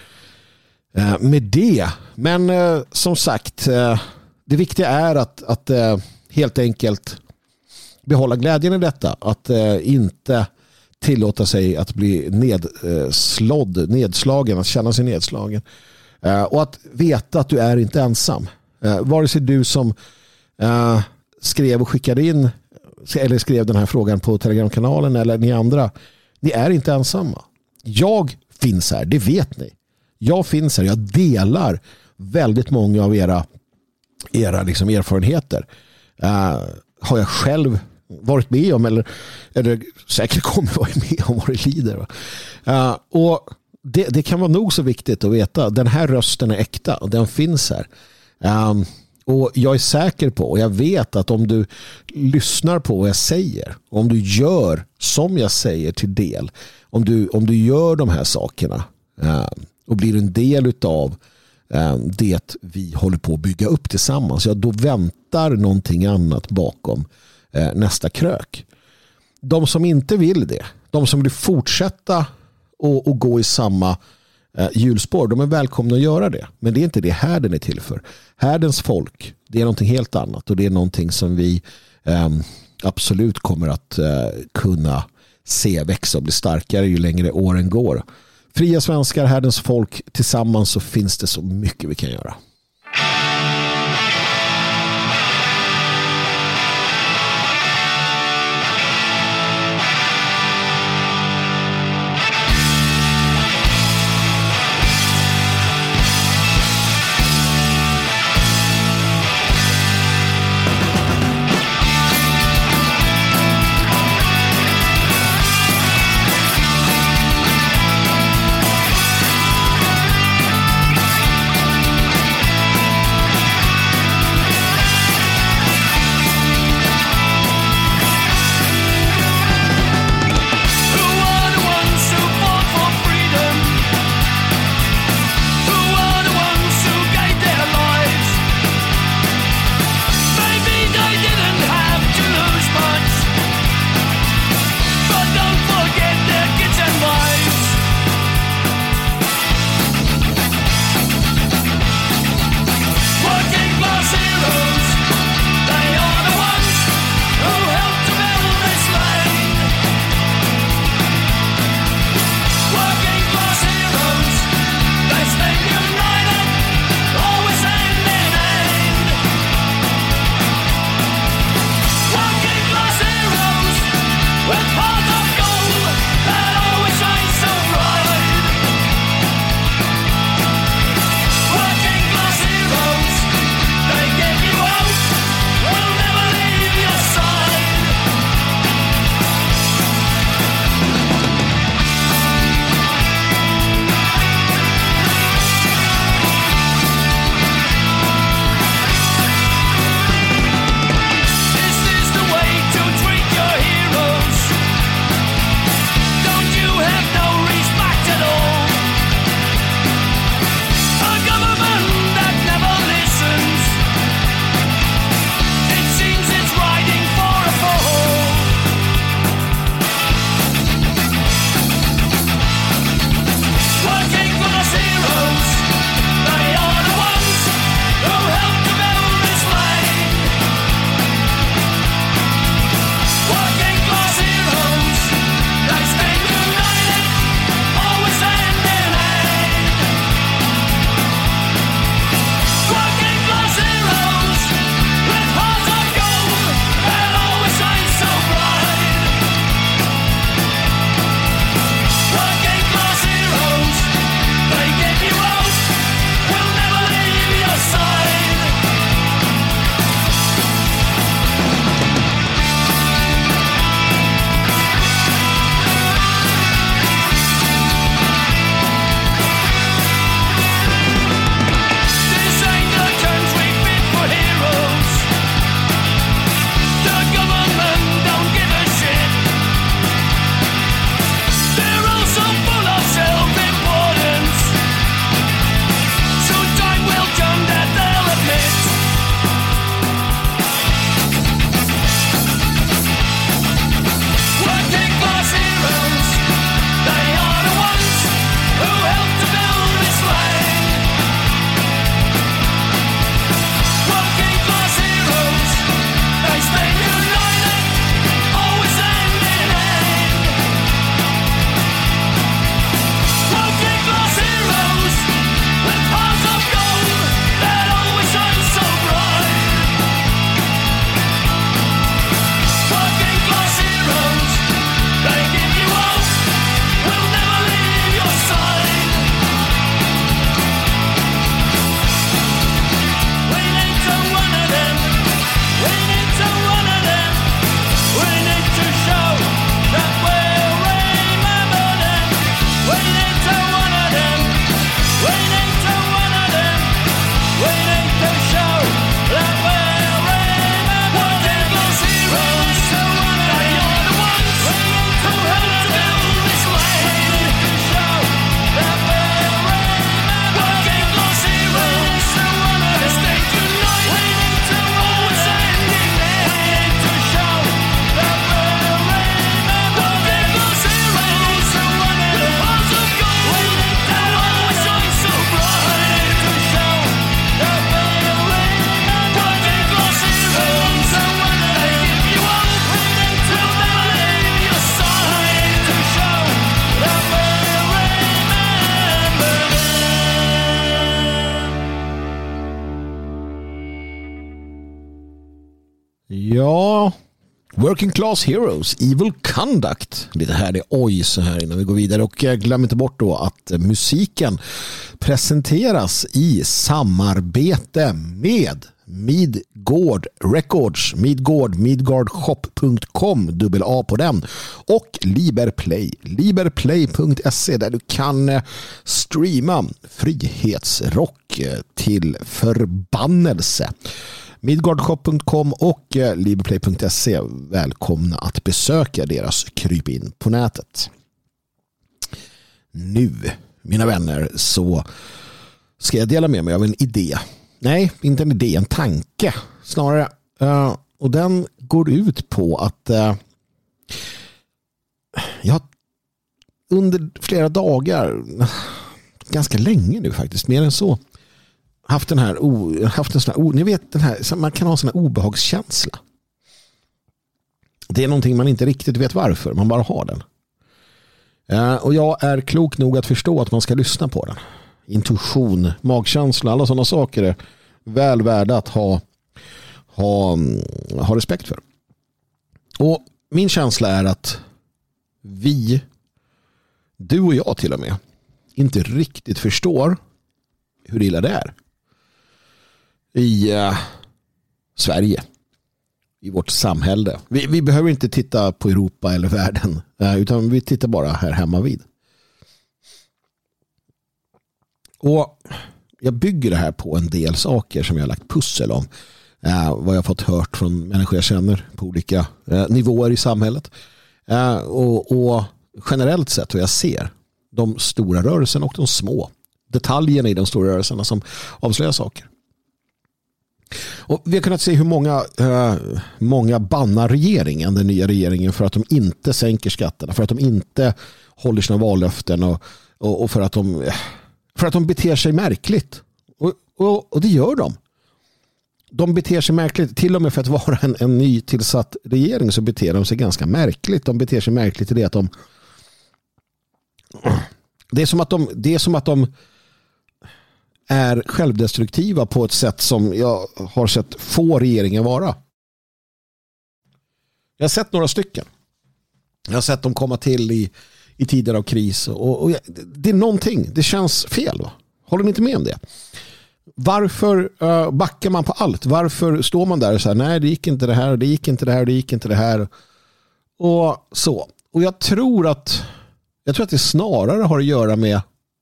uh, med det. Men uh, som sagt, uh, det viktiga är att, att uh, helt enkelt behålla glädjen i detta. Att uh, inte tillåta sig att bli nedslådd, nedslagen, att känna sig nedslagen. Uh, och att veta att du är inte ensam. Uh, vare sig du som uh, skrev och skickade in eller skrev den här frågan på Telegramkanalen eller ni andra, ni är inte ensamma. Jag finns här, det vet ni. Jag finns här, jag delar väldigt många av era, era liksom erfarenheter. Uh, har jag själv varit med om eller, eller säkert kommer vara med om vad det lider. Uh, och det, det kan vara nog så viktigt att veta. Den här rösten är äkta och den finns här. Um, och jag är säker på och jag vet att om du lyssnar på vad jag säger, om du gör som jag säger till del, om du, om du gör de här sakerna uh, och blir en del utav uh, det vi håller på att bygga upp tillsammans, ja, då väntar någonting annat bakom nästa krök. De som inte vill det, de som vill fortsätta och, och gå i samma eh, hjulspår, de är välkomna att göra det. Men det är inte det härden är till för. Härdens folk, det är någonting helt annat och det är någonting som vi eh, absolut kommer att eh, kunna se växa och bli starkare ju längre åren går. Fria svenskar, härdens folk, tillsammans så finns det så mycket vi kan göra. Ja, Working Class Heroes, Evil Conduct. Lite här det oj så här innan vi går vidare. Och glöm inte bort då att musiken presenteras i samarbete med Midgård Records, Midgård, midgardshop punkt com, dubbel A på den, och Liberplay, liberplay punkt se, där du kan streama frihetsrock till förbannelse. midgardshop punkt com och liberplay punkt se, välkomna att besöka deras kryp in på nätet. Nu, mina vänner, så ska jag dela med mig av en idé. Nej, inte en idé, en tanke snarare. Uh, och den går ut på att uh, jag har under flera dagar, ganska länge nu faktiskt, mer än så, haft den här, o, haft en sån här o, ni vet den här, man kan ha en sån här obehagskänsla. Det är någonting man inte riktigt vet varför, man bara har den. Uh, och jag är klok nog att förstå att man ska lyssna på den. Intuition, magkänsla, alla sådana saker är väl värda att ha, ha, ha respekt för. Och min känsla är att vi, du och jag till och med, inte riktigt förstår hur illa det är i uh, Sverige, i vårt samhälle. Vi, vi behöver inte titta på Europa eller världen, uh, utan vi tittar bara här hemma vid. Och jag bygger det här på en del saker som jag har lagt pussel om. Eh, vad jag har fått hört från människor jag känner på olika eh, nivåer i samhället. Eh, och, och generellt sett vad jag ser. De stora rörelserna och de små. Detaljerna i de stora rörelserna som avslöjar saker. Och vi har kunnat se hur många, eh, många bannar regeringen, den nya regeringen, för att de inte sänker skatterna. För att de inte håller sina vallöften och, och, och för att de... Eh, För att de beter sig märkligt. Och, och, och det gör de. De beter sig märkligt. Till och med för att vara en, en ny tillsatt regering så beter de sig ganska märkligt. De beter sig märkligt i det att de... Det är som att de, det är som att de är självdestruktiva på ett sätt som jag har sett få regeringar vara. Jag har sett några stycken. Jag har sett dem komma till i i tider av kris och, och det är någonting, det känns fel, va? Håller ni inte med om det? Varför uh, backar man på allt? Varför står man där och säger nej, det gick inte det här, det gick inte det här, det gick inte det här och så. Och jag tror att jag tror att det snarare har att göra med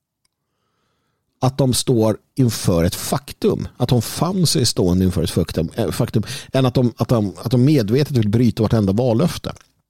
att de står inför ett faktum, att de fann sig stående inför ett faktum, äh, faktum än att de, att, de, att de medvetet vill bryta vartenda vallöfte.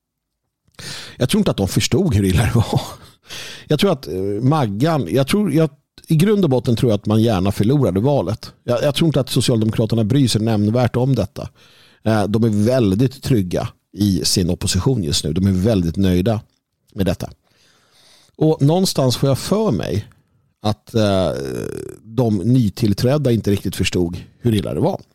Jag tror inte att de förstod hur illa det var. Jag tror att Maggan, jag tror, jag, i grund och botten tror jag att man gärna förlorade valet. Jag, jag tror inte att Socialdemokraterna bryr sig nämnvärt om detta. De är väldigt trygga i sin opposition just nu. De är väldigt nöjda med detta. Och någonstans får jag för mig att eh, de nytillträdda inte riktigt förstod hur illa det var.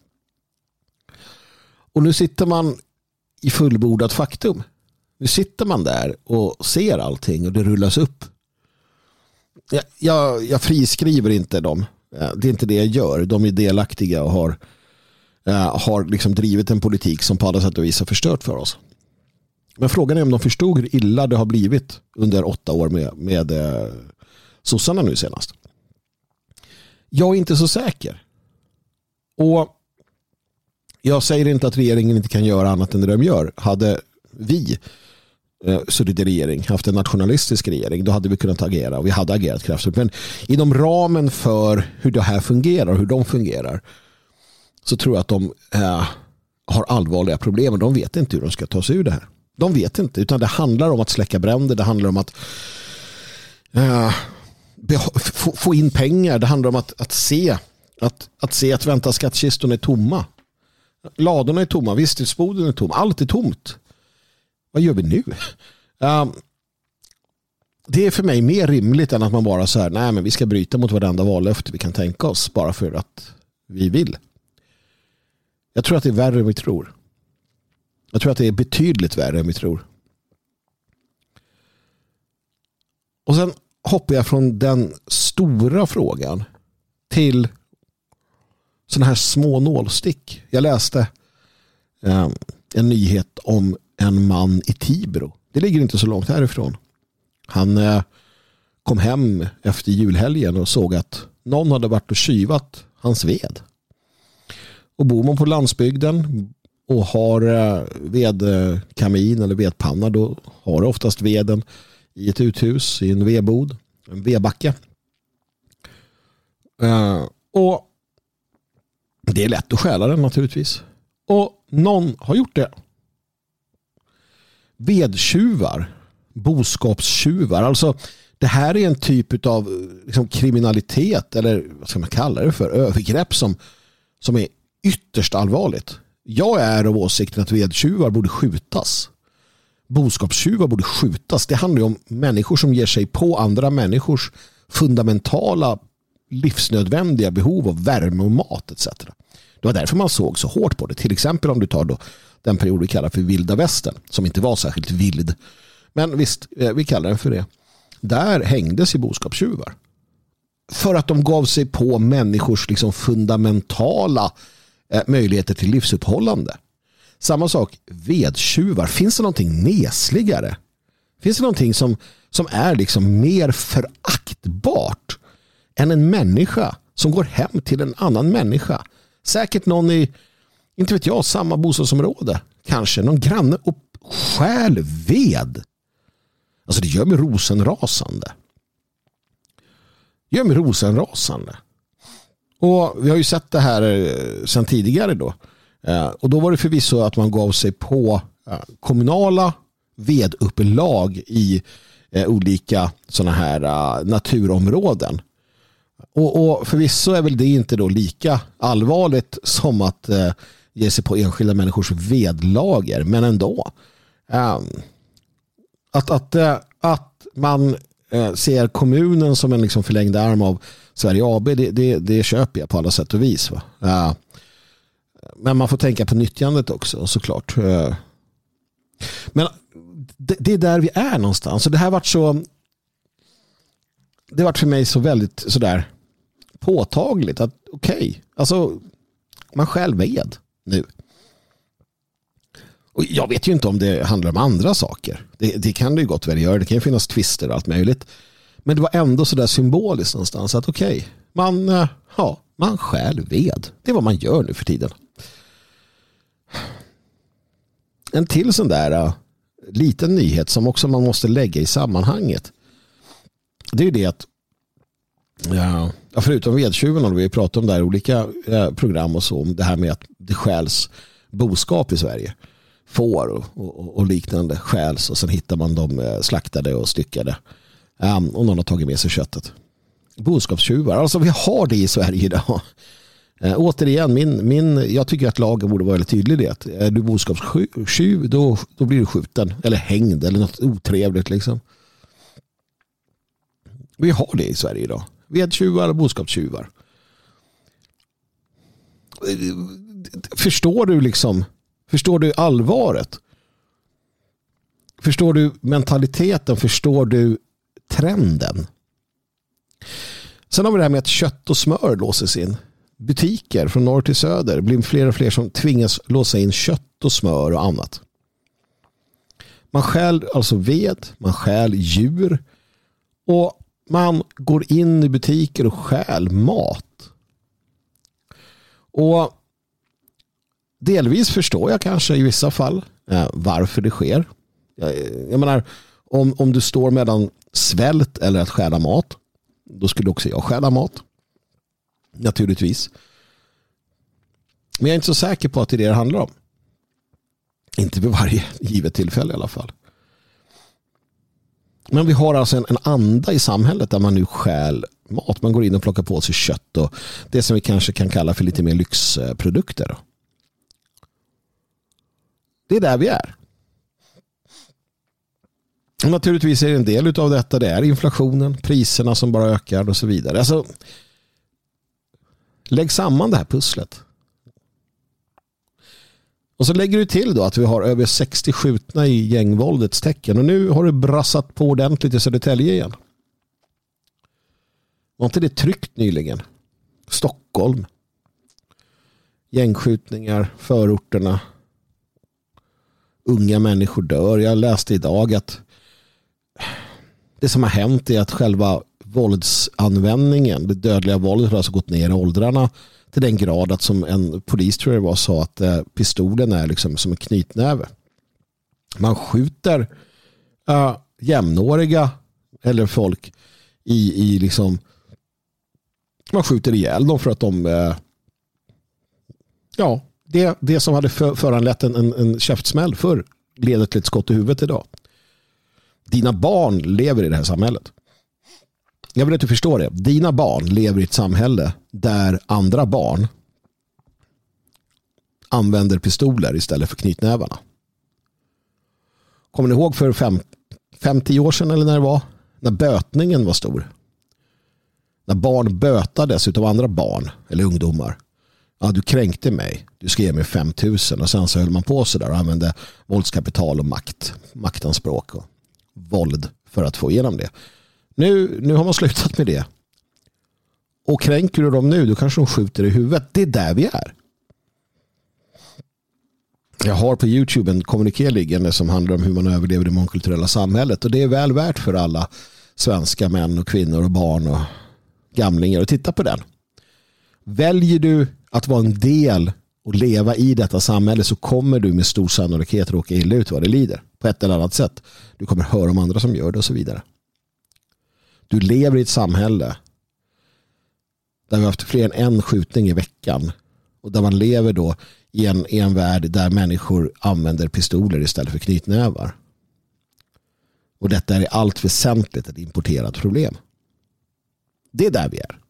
Och nu sitter man i fullbordat faktum. Nu sitter man där och ser allting och det rullas upp. Jag, jag, jag friskriver inte dem. Det är inte det jag gör. De är delaktiga och har, har liksom drivit en politik som på alla sätt och vis har förstört för oss. Men frågan är om de förstod hur illa det har blivit under åtta år med, med eh, sossarna nu senast. Jag är inte så säker. Och jag säger inte att regeringen inte kan göra annat än det de gör. Hade vi eh, suttit i regering, haft en nationalistisk regering, då hade vi kunnat agera och vi hade agerat kraftfullt. Men inom ramen för hur det här fungerar och hur de fungerar så tror jag att de eh, har allvarliga problem och de vet inte hur de ska ta sig ur det här. De vet inte, utan det handlar om att släcka bränder, det handlar om att eh, få, få in pengar, det handlar om att, att se att, att se att vänta skattkistorna är tomma. Ladorna är tomma, visstidsboden är tom, allt är tomt. Vad gör vi nu? Um, det är för mig mer rimligt än att man bara så här, nej men vi ska bryta mot varenda vallöfte vi kan tänka oss bara för att vi vill. Jag tror att det är värre än vi tror. Jag tror att det är betydligt värre än vi tror. Och sen hoppar jag från den stora frågan till såna här små nålstick. Jag läste en nyhet om en man i Tibro. Det ligger inte så långt härifrån. Han kom hem efter julhelgen och såg att någon hade varit och kyvat hans ved. Och bor man på landsbygden och har vedkamin eller vedpanna, då har du oftast veden i ett uthus, i en vedbod, en vedbacke. Och det är lätt att stjäla den naturligtvis. Och någon har gjort det. Vedtjuvar, boskapstjuvar, alltså det här är en typ av liksom, kriminalitet, eller vad ska man kalla det för, övergrepp som, som är ytterst allvarligt. Jag är av åsikten att vedtjuvar borde skjutas. Boskapstjuvar borde skjutas. Det handlar ju om människor som ger sig på andra människors fundamentala livsnödvändiga behov av värme och mat et cetera. Det var därför man såg så hårt på det. Till exempel om du tar då den period vi kallar för vilda västern, som inte var särskilt vild. Men visst, vi kallar den för det. Där hängdes i boskapstjuvar. För att de gav sig på människors liksom fundamentala eh, möjligheter till livsuppehållande. Samma sak, vedtjuvar. Finns det någonting nesligare? Finns det någonting som, som är liksom mer föraktbart än en människa som går hem till en annan människa? Säkert någon i, inte vet jag, samma bostadsområde. Kanske någon granne och stjäl ved. Alltså det gör mig rosenrasande. Det gör mig rosenrasande. Och vi har ju sett det här sedan tidigare då. Och då var det förvisso att man gav sig på kommunala vedupplag i olika såna här naturområden. Och, och förvisso är väl det inte då lika allvarligt som att eh, ge sig på enskilda människors vedlager, men ändå. Eh, att, att, eh, att man eh, ser kommunen som en liksom förlängd arm av Sverige A B, det, det, det köper jag på alla sätt och vis. Va? Eh, men man får tänka på nyttjandet också, såklart. Eh, men det, det är där vi är någonstans. Så det här varit så det var för mig så väldigt sådär påtagligt att okej, okay, alltså man själv ved nu. Och jag vet ju inte om det handlar om andra saker. Det, det kan det ju gott väl göra. Det kan ju finnas twister och allt möjligt. Men det var ändå sådär symboliskt någonstans att okej, okay, man, ja, man själv ved. Det är vad man gör nu för tiden. En till sån där uh, liten nyhet som också man måste lägga i sammanhanget. Det är ju det att ja, förutom vedtjuven och vi pratar om där olika eh, program och så, om det här med att det stjäls boskap i Sverige, får och, och, och liknande stjäls och sen hittar man dem eh, slaktade och styckade um, och någon har tagit med sig köttet. Boskapstjuvar, alltså vi har det i Sverige idag. Eh, återigen, min, min, jag tycker att lagen borde vara väldigt tydlig i det. Att är du boskapstjuv, då, då blir du skjuten eller hängd eller något otrevligt liksom. Vi har det i Sverige idag. Vedtjuvar och boskapstjuvar. Förstår du liksom, förstår du allvaret? Förstår du mentaliteten? Förstår du trenden? Sen har vi det här med att kött och smör låses in. Butiker från norr till söder blir fler och fler som tvingas låsa in kött och smör och annat. Man stjäl alltså ved, man stjäl djur och man går in i butiker och stjäl mat. Och delvis förstår jag kanske i vissa fall eh, varför det sker. Jag, jag menar, om, om du står mellan svält eller att stjäla mat, då skulle också jag stjäla mat. Naturligtvis. Men jag är inte så säker på att det är det det handlar om. Inte vid varje givet tillfälle i alla fall. Men vi har alltså en, en anda i samhället där man nu stjäl mat. Man går in och plockar på sig kött och det som vi kanske kan kalla för lite mer lyxprodukter. Då. Det är där vi är. Och naturligtvis är det en del av detta, det är inflationen, priserna som bara ökar och så vidare. Alltså, lägg samman det här pusslet. Och så lägger du till då att vi har över sextio skjutna i gängvåldets tecken. Och nu har det brassat på ordentligt i Södertälje igen. Var inte det tryckt nyligen? Stockholm. Gängskjutningar, förorterna. unga människor dör. Jag läste idag att det som har hänt är att själva våldsanvändningen, det dödliga våldet har alltså gått ner i åldrarna till den grad att, som en polis tror jag var, sa att eh, pistolen är liksom som en knytnäve. Man skjuter äh, jämnåriga eller folk i, i liksom man skjuter ihjäl dem för att de äh, ja, det, det som hade för, föranlett en, en, en käftsmäll för leder till ett skott i huvudet idag. Dina barn lever i det här samhället. Jag vill att du förstår det. Dina barn lever i ett samhälle där andra barn använder pistoler istället för knytnävarna. Kommer ni ihåg för fem, femtio år sedan eller när det var? När bötningen var stor. När barn bötades utav andra barn eller ungdomar. Ja, du kränkte mig. Du ska ge mig fem tusen. Och sen så höll man på så där och använde våldskapital och makt. Maktanspråk och våld för att få igenom det. Nu, nu har man slutat med det. Och kränker du dem nu, då kanske de skjuter i huvudet. Det är där vi är. Jag har på YouTube en kommuniké liggande som handlar om hur man överlever det mångkulturella samhället. Och det är väl värt för alla svenska män och kvinnor och barn och gamlingar att titta på den. Väljer du att vara en del och leva i detta samhälle så kommer du med stor sannolikhet råka illa ut vad det lider. På ett eller annat sätt. Du kommer höra om andra som gör det och så vidare. Du lever i ett samhälle där vi har haft fler än en skjutning i veckan. Och där man lever då i en, i en värld där människor använder pistoler istället för knytnävar. Och detta är i allt väsentligt ett importerat problem. Det är där vi är.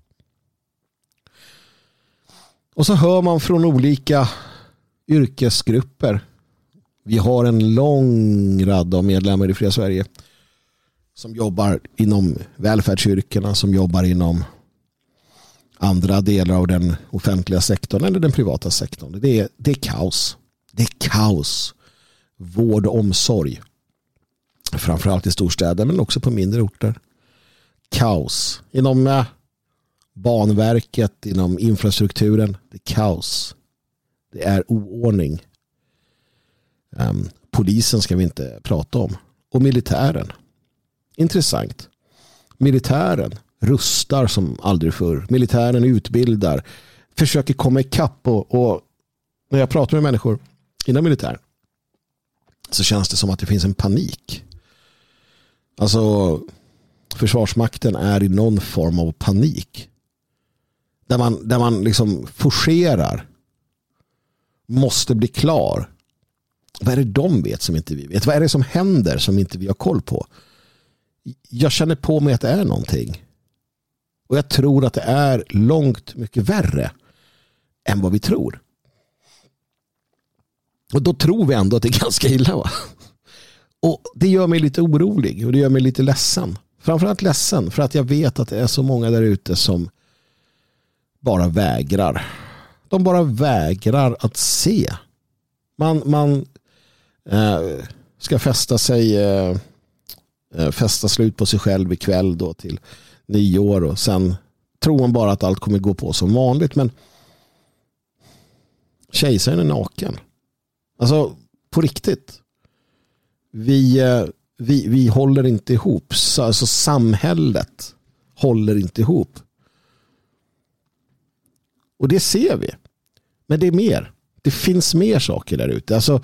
Och så hör man från olika yrkesgrupper. Vi har en lång rad av medlemmar i Fria Sverige som jobbar inom välfärdsyrkena, som jobbar inom andra delar av den offentliga sektorn eller den privata sektorn. Det är, det är kaos. Det är kaos. Vård och omsorg. Framförallt i storstäder men också på mindre orter. Kaos. Inom eh, Banverket, inom infrastrukturen. Det är kaos. Det är oordning. Um, polisen ska vi inte prata om. Och militären. Intressant. Militären rustar som aldrig förr. Militären utbildar. Försöker komma ikapp och, och när jag pratar med människor inom militär så känns det som att det finns en panik. Alltså Försvarsmakten är i någon form av panik. Där man, där man liksom forcerar. Måste bli klar. Vad är det de vet som inte vi vet? Vad är det som händer som inte vi har koll på? Jag känner på mig att det är någonting. Och jag tror att det är långt mycket värre än vad vi tror. Och då tror vi ändå att det är ganska illa, va? Och det gör mig lite orolig och det gör mig lite ledsen. Framförallt ledsen för att jag vet att det är så många där ute som bara vägrar. De bara vägrar att se. Man, man eh, ska fästa sig eh, fästa slut på sig själv ikväll då till nio år och sen tror man bara att allt kommer gå på som vanligt, men kejsaren är naken. Alltså på riktigt. Vi, vi, vi håller inte ihop. Alltså samhället håller inte ihop. Och det ser vi. Men det är mer. Det finns mer saker där ute. Alltså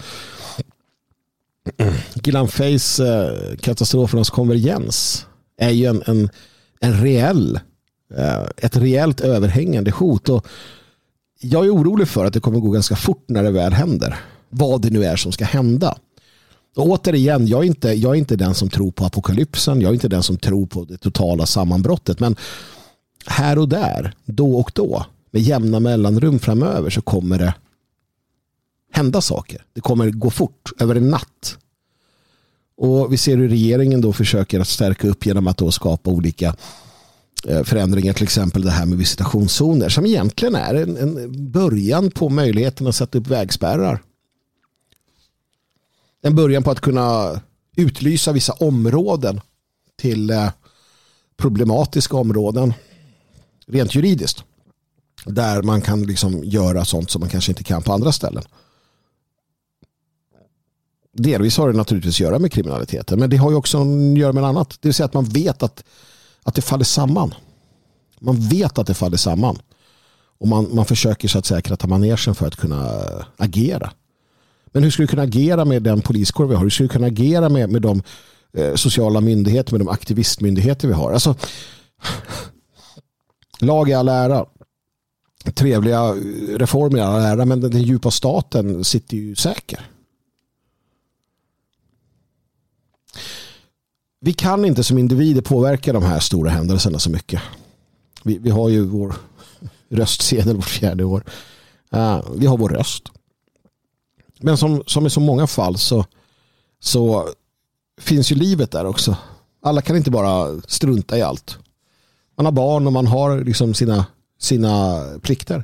Gillan Feys katastrofernas konvergens är ju en, en, en reell ett reellt överhängande hot, och jag är orolig för att det kommer gå ganska fort när det väl händer. Vad det nu är som ska hända. Och återigen, jag är inte, jag är inte den som tror på apokalypsen. Jag är inte den som tror på det totala sammanbrottet. Men här och där, då och då, med jämna mellanrum framöver så kommer det hända saker. Det kommer gå fort, över en natt. Och vi ser hur regeringen då försöker att stärka upp genom att då skapa olika förändringar, till exempel det här med visitationszoner som egentligen är en, en början på möjligheten att sätta upp vägspärrar. En början på att kunna utlysa vissa områden till eh, problematiska områden rent juridiskt. Där man kan liksom göra sånt som man kanske inte kan på andra ställen. delvis har det naturligtvis att göra med kriminaliteten, men det har ju också att göra med annat. Det vill säga att man vet att, att det faller samman. Man vet att det faller samman. Och man, man försöker så att säga kratta manegen för att kunna agera. Men hur ska du kunna agera med den poliskår vi har? Hur ska du kunna agera med, med de eh, sociala myndigheter, med de aktivistmyndigheter vi har? Alltså, lag i all ära. Trevliga reformer i all ära, men den, den djupa staten sitter ju säker. Vi kan inte som individer påverka de här stora händelserna så mycket. Vi, vi har ju vår röstsedel vart fjärde år. Uh, vi har vår röst. Men som, som i så många fall så, så finns ju livet där också. Alla kan inte bara strunta i allt. Man har barn och man har liksom sina, sina plikter.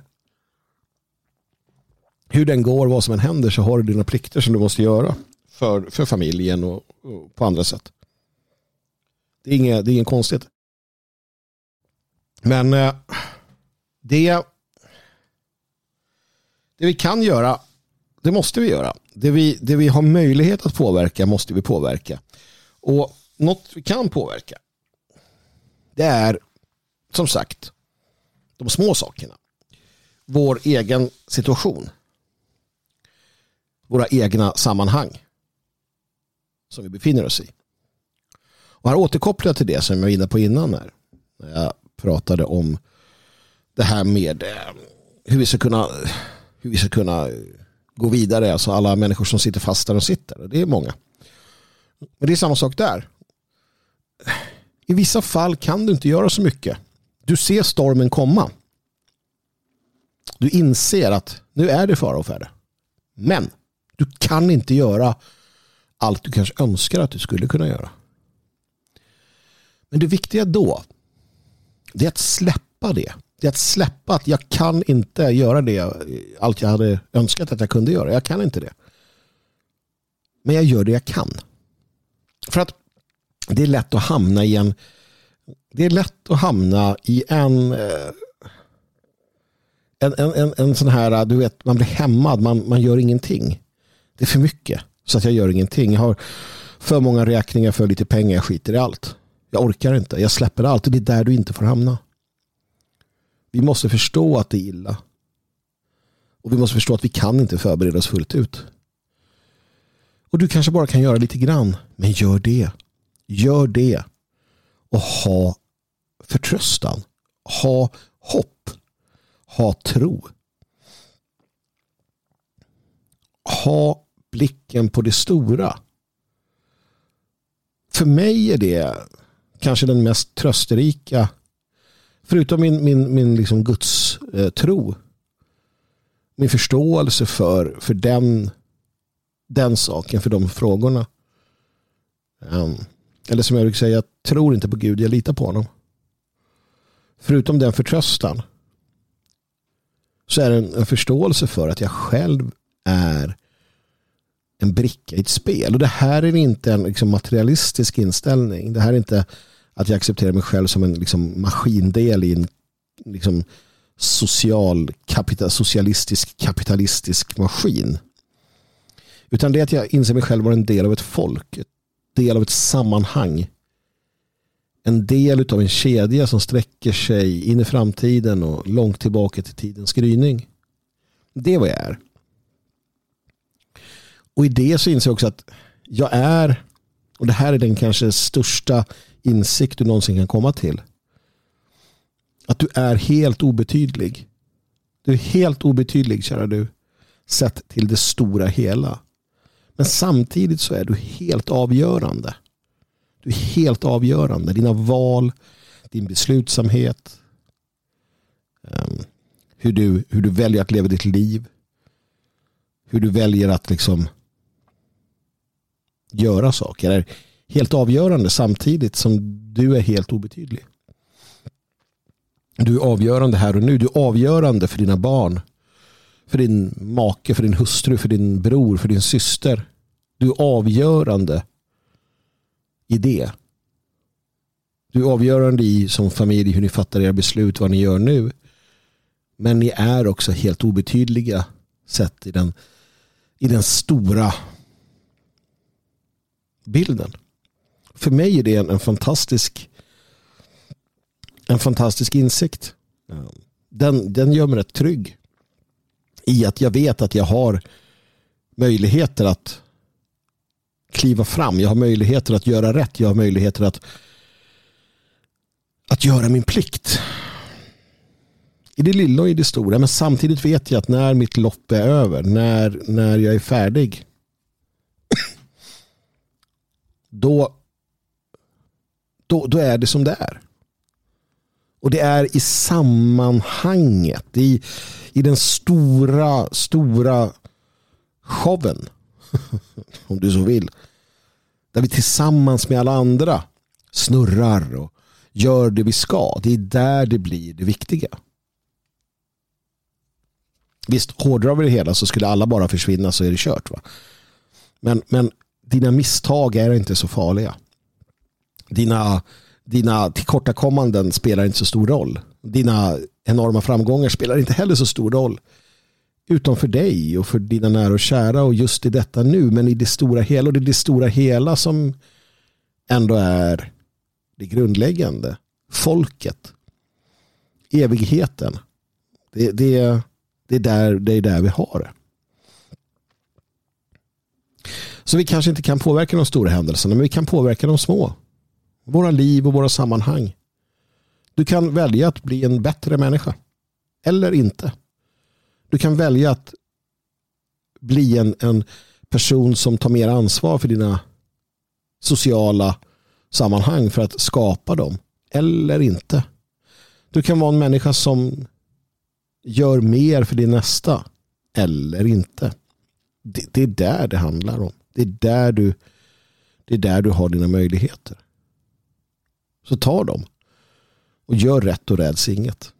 Hur den går, vad som än händer, så har du dina plikter som du måste göra för, för familjen och, och på andra sätt. Det är inget, det är inget konstigt. Men eh, det, det vi kan göra, det måste vi göra. Det vi, det vi har möjlighet att påverka måste vi påverka. Och något vi kan påverka, det är som sagt de små sakerna. Vår egen situation. Våra egna sammanhang som vi befinner oss i. Och här återkopplar jag till det som jag var inne på innan här. När jag pratade om det här med hur vi ska kunna hur vi ska kunna gå vidare. Alltså alla människor som sitter fast där de sitter. Det är många. Men det är samma sak där. I vissa fall kan du inte göra så mycket. Du ser stormen komma. Du inser att nu är det fara och färde. Men du kan inte göra allt du kanske önskar att du skulle kunna göra. Men det viktiga då, det är att släppa det. Det är att släppa att jag kan inte göra det allt jag hade önskat att jag kunde göra. Jag kan inte det. Men jag gör det jag kan. För att det är lätt att hamna i en det är lätt att hamna i en en, en, en, en sån här, du vet, man blir hämmad, man, man gör ingenting. Det är för mycket så att jag gör ingenting. Jag har för många räkningar för lite pengar, jag skiter i allt. Jag orkar inte, jag släpper allt och det är där du inte får hamna. Vi måste förstå att det är illa. Och vi måste förstå att vi kan inte förbereda oss fullt ut. Och du kanske bara kan göra lite grann, men gör det. Gör det. Och ha förtröstan. Ha hopp. Ha tro. Ha blicken på det stora. För mig är det kanske den mest trösterika, förutom min, min, min liksom Guds eh, tro, min förståelse för, för den, den saken, för de frågorna. Um, eller som jag brukar säga, jag tror inte på Gud, jag litar på honom. Förutom den förtröstan så är det en, en förståelse för att jag själv är en bricka i ett spel. Och det här är inte en liksom, materialistisk inställning. Det här är inte att jag accepterar mig själv som en liksom, maskindel i en liksom, social, kapital, socialistisk, kapitalistisk maskin. Utan det är att jag inser mig själv vara en del av ett folk. En del av ett sammanhang. En del av en kedja som sträcker sig in i framtiden och långt tillbaka till tidens gryning. Det är vad jag är. Och i det så inser jag också att jag är, och det här är den kanske största insikt du någonsin kan komma till, att du är helt obetydlig. Du är helt obetydlig, kära du, sett till det stora hela. Men samtidigt så är du helt avgörande. Du är helt avgörande. Dina val, din beslutsamhet, hur du, hur du väljer att leva ditt liv, hur du väljer att liksom göra saker är helt avgörande samtidigt som du är helt obetydlig. Du är avgörande här och nu. Du är avgörande för dina barn, för din make, för din hustru, för din bror, för din syster. Du är avgörande i det. Du är avgörande i som familj hur ni fattar era beslut, vad ni gör nu. Men ni är också helt obetydliga sett i den, i den stora bilden. För mig är det en, en fantastisk en fantastisk insikt. Den, den gör mig rätt trygg i att jag vet att jag har möjligheter att kliva fram. Jag har möjligheter att göra rätt. Jag har möjligheter att att göra min plikt. I det lilla och i det stora. Men samtidigt vet jag att när mitt lopp är över, när, när jag är färdig, då, då, då är det som det är. Och det är i sammanhanget, i, i den stora, stora showen, om du så vill, där vi tillsammans med alla andra snurrar och gör det vi ska. Det är där det blir det viktiga. Visst, hårdrar vi det hela så skulle alla bara försvinna, så är det kört, va? Men, men dina misstag är inte så farliga. Dina, dina tillkortakommanden spelar inte så stor roll. Dina enorma framgångar spelar inte heller så stor roll. Utom för dig och för dina nära och kära och just i detta nu. Men i det stora hela, och det är det stora hela som ändå är det grundläggande. Folket. Evigheten. Det, det, det, är där, det är där vi har det. Så vi kanske inte kan påverka de stora händelserna, men vi kan påverka de små. Våra liv och våra sammanhang. Du kan välja att bli en bättre människa. Eller inte. Du kan välja att bli en, en person som tar mer ansvar för dina sociala sammanhang för att skapa dem. Eller inte. Du kan vara en människa som gör mer för din nästa. Eller inte. Det, det är där det handlar om. Det är där du, det är där du har dina möjligheter. Så ta dem. Och gör rätt och räds inget.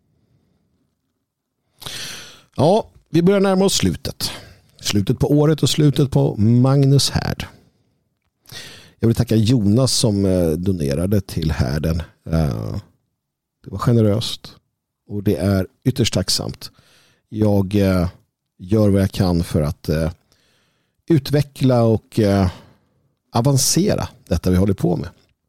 Ja, vi börjar närma oss slutet. Slutet på året och slutet på Magnus Härd. Jag vill tacka Jonas som donerade till härden. Det var generöst. Och det är ytterst tacksamt. Jag gör vad jag kan för att utveckla och avancera detta vi håller på med.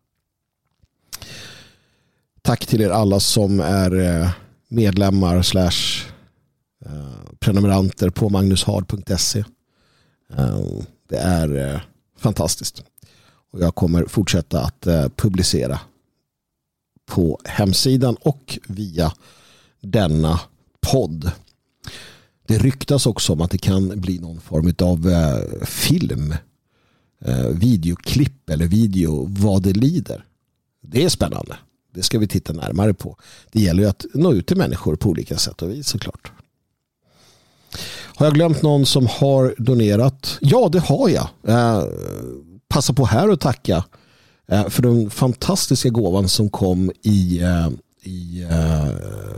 Tack till er alla som är medlemmar slash prenumeranter på magnushard punkt se. Det är fantastiskt. Och jag kommer fortsätta att publicera på hemsidan och via denna podd. Det ryktas också om att det kan bli någon form av film, videoklipp eller video vad det lider. Det är spännande. Det ska vi titta närmare på. Det gäller ju att nå ut till människor på olika sätt och vis, såklart. Har jag glömt någon som har donerat? Ja, det har jag. Eh, passa på här och tacka eh, för den fantastiska gåvan som kom i, eh, i, eh,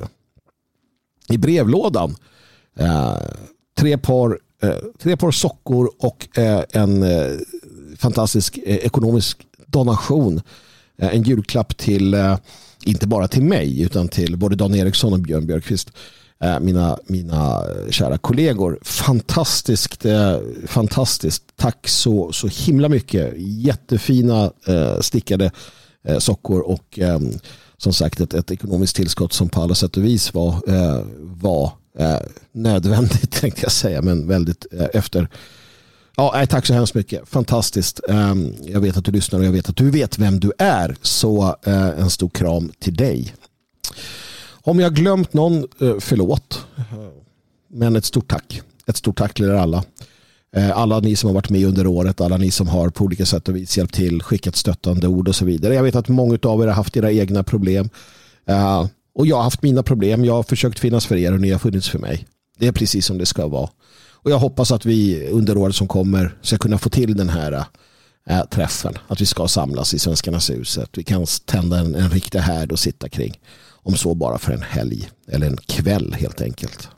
i brevlådan. Eh, tre, par, eh, tre par sockor och eh, en eh, fantastisk eh, ekonomisk donation. Eh, en julklapp till, eh, inte bara till mig utan till både Dan Eriksson och Björn Björkqvist. Mina, mina kära kollegor. Fantastiskt, eh, fantastiskt. Tack så, så himla mycket. Jättefina eh, stickade eh, sockor och eh, som sagt ett, ett ekonomiskt tillskott som på alla sätt och vis var, eh, var eh, nödvändigt, tänkte jag säga, men väldigt eh, efter. Ja, nej, tack så hemskt mycket. Fantastiskt. Eh, jag vet att du lyssnar och jag vet att du vet vem du är. Så eh, en stor kram till dig. Om jag glömt någon, förlåt. Men ett stort tack. Ett stort tack till er alla. Alla ni som har varit med under året. Alla ni som har på olika sätt och vis hjälpt till. Skickat stöttande ord och så vidare. Jag vet att många av er har haft era egna problem. Och jag har haft mina problem. Jag har försökt finnas för er och ni har funnits för mig. Det är precis som det ska vara. Och jag hoppas att vi under året som kommer ska kunna få till den här äh, träffen. Att vi ska samlas i Svenskarnas hus. Att vi kan tända en, en riktig härd och sitta kring. Om så bara för en helg eller en kväll helt enkelt.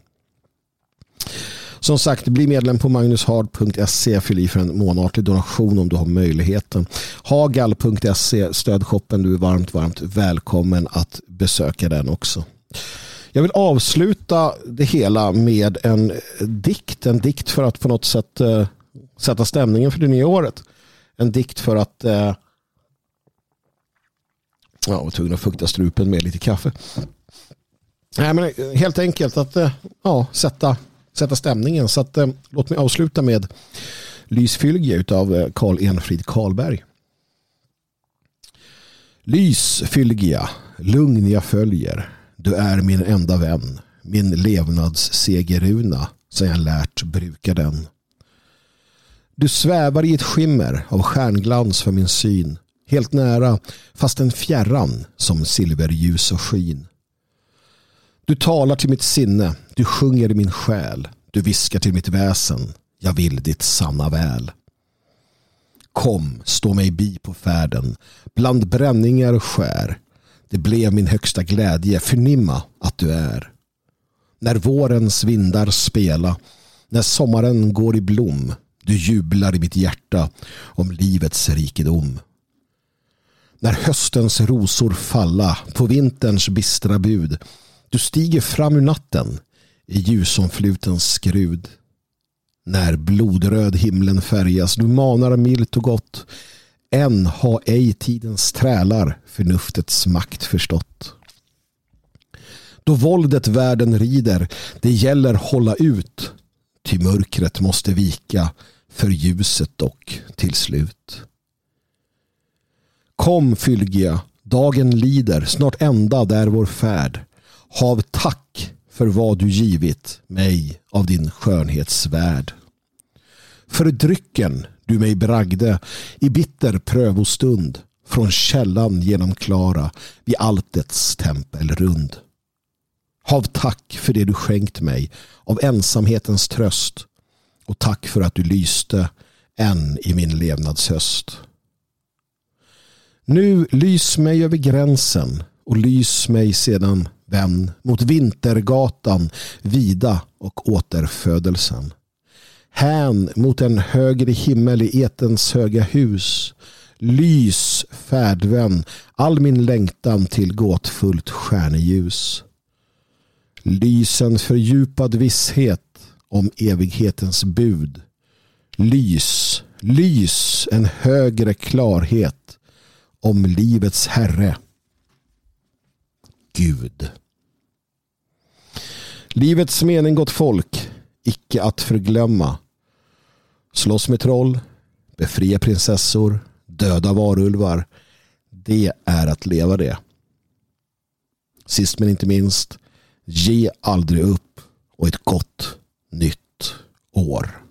Som sagt, bli medlem på magnushard punkt se. Fyll i för en månatlig donation om du har möjligheten. Hagal punkt se, stödshoppen. Du är varmt, varmt välkommen att besöka den också. Jag vill avsluta det hela med en dikt. En dikt för att på något sätt uh, sätta stämningen för det nya året. en dikt för att eh, ja, jag var tvungen att fukta strupen med lite kaffe. Nej, men helt enkelt att eh, ja, sätta, sätta stämningen. Så att, eh, låt mig avsluta med Lysfylgje utav Carl Enfrid Karlberg. Lysfylgja, lugn jag följer. Du är min enda vän, min levnads segerruna, så jag lärt bruka den. Du svävar i ett skimmer av stjärnglans för min syn, helt nära, fast en fjärran som silverljus och skin. Du talar till mitt sinne, du sjunger i min själ, du viskar till mitt väsen, jag vill ditt sanna väl. Kom, stå mig bi på färden, bland bränningar och skär. Det blev min högsta glädje, förnimma att du är. När vårens vindar spela, när sommaren går i blom, du jublar i mitt hjärta om livets rikedom. När höstens rosor falla på vinterns bistra bud, du stiger fram ur natten i ljusomflutens skrud. När blodröd himlen färgas, du manar milt och gott. Än har ej tidens trälar förnuftets makt förstått. Då våldet världen rider, det gäller hålla ut. Ty mörkret måste vika för ljuset dock till slut. Kom Fylgja, dagen lider, snart ända där vår färd. Hav tack för vad du givit mig av din skönhetsvärld. För drycken du mig bragde i bitter prövostund, från källan genom klara vid altets tempelrund. Hav tack för det du skänkt mig av ensamhetens tröst, och tack för att du lyste än i min levnadshöst. Nu lys mig över gränsen och lys mig sedan, vän, mot vintergatan vida och återfödelsen. Hän mot en högre himmel i etens höga hus. Lys, färdvän, all min längtan till gåtfullt stjärneljus. Lys en fördjupad visshet om evighetens bud. Lys, lys en högre klarhet om livets herre, Gud. Livets mening, gott folk, icke att förglömma. Slåss med troll, befria prinsessor, döda varulvar. Det är att leva det. Sist men inte minst, ge aldrig upp och ett gott nytt år.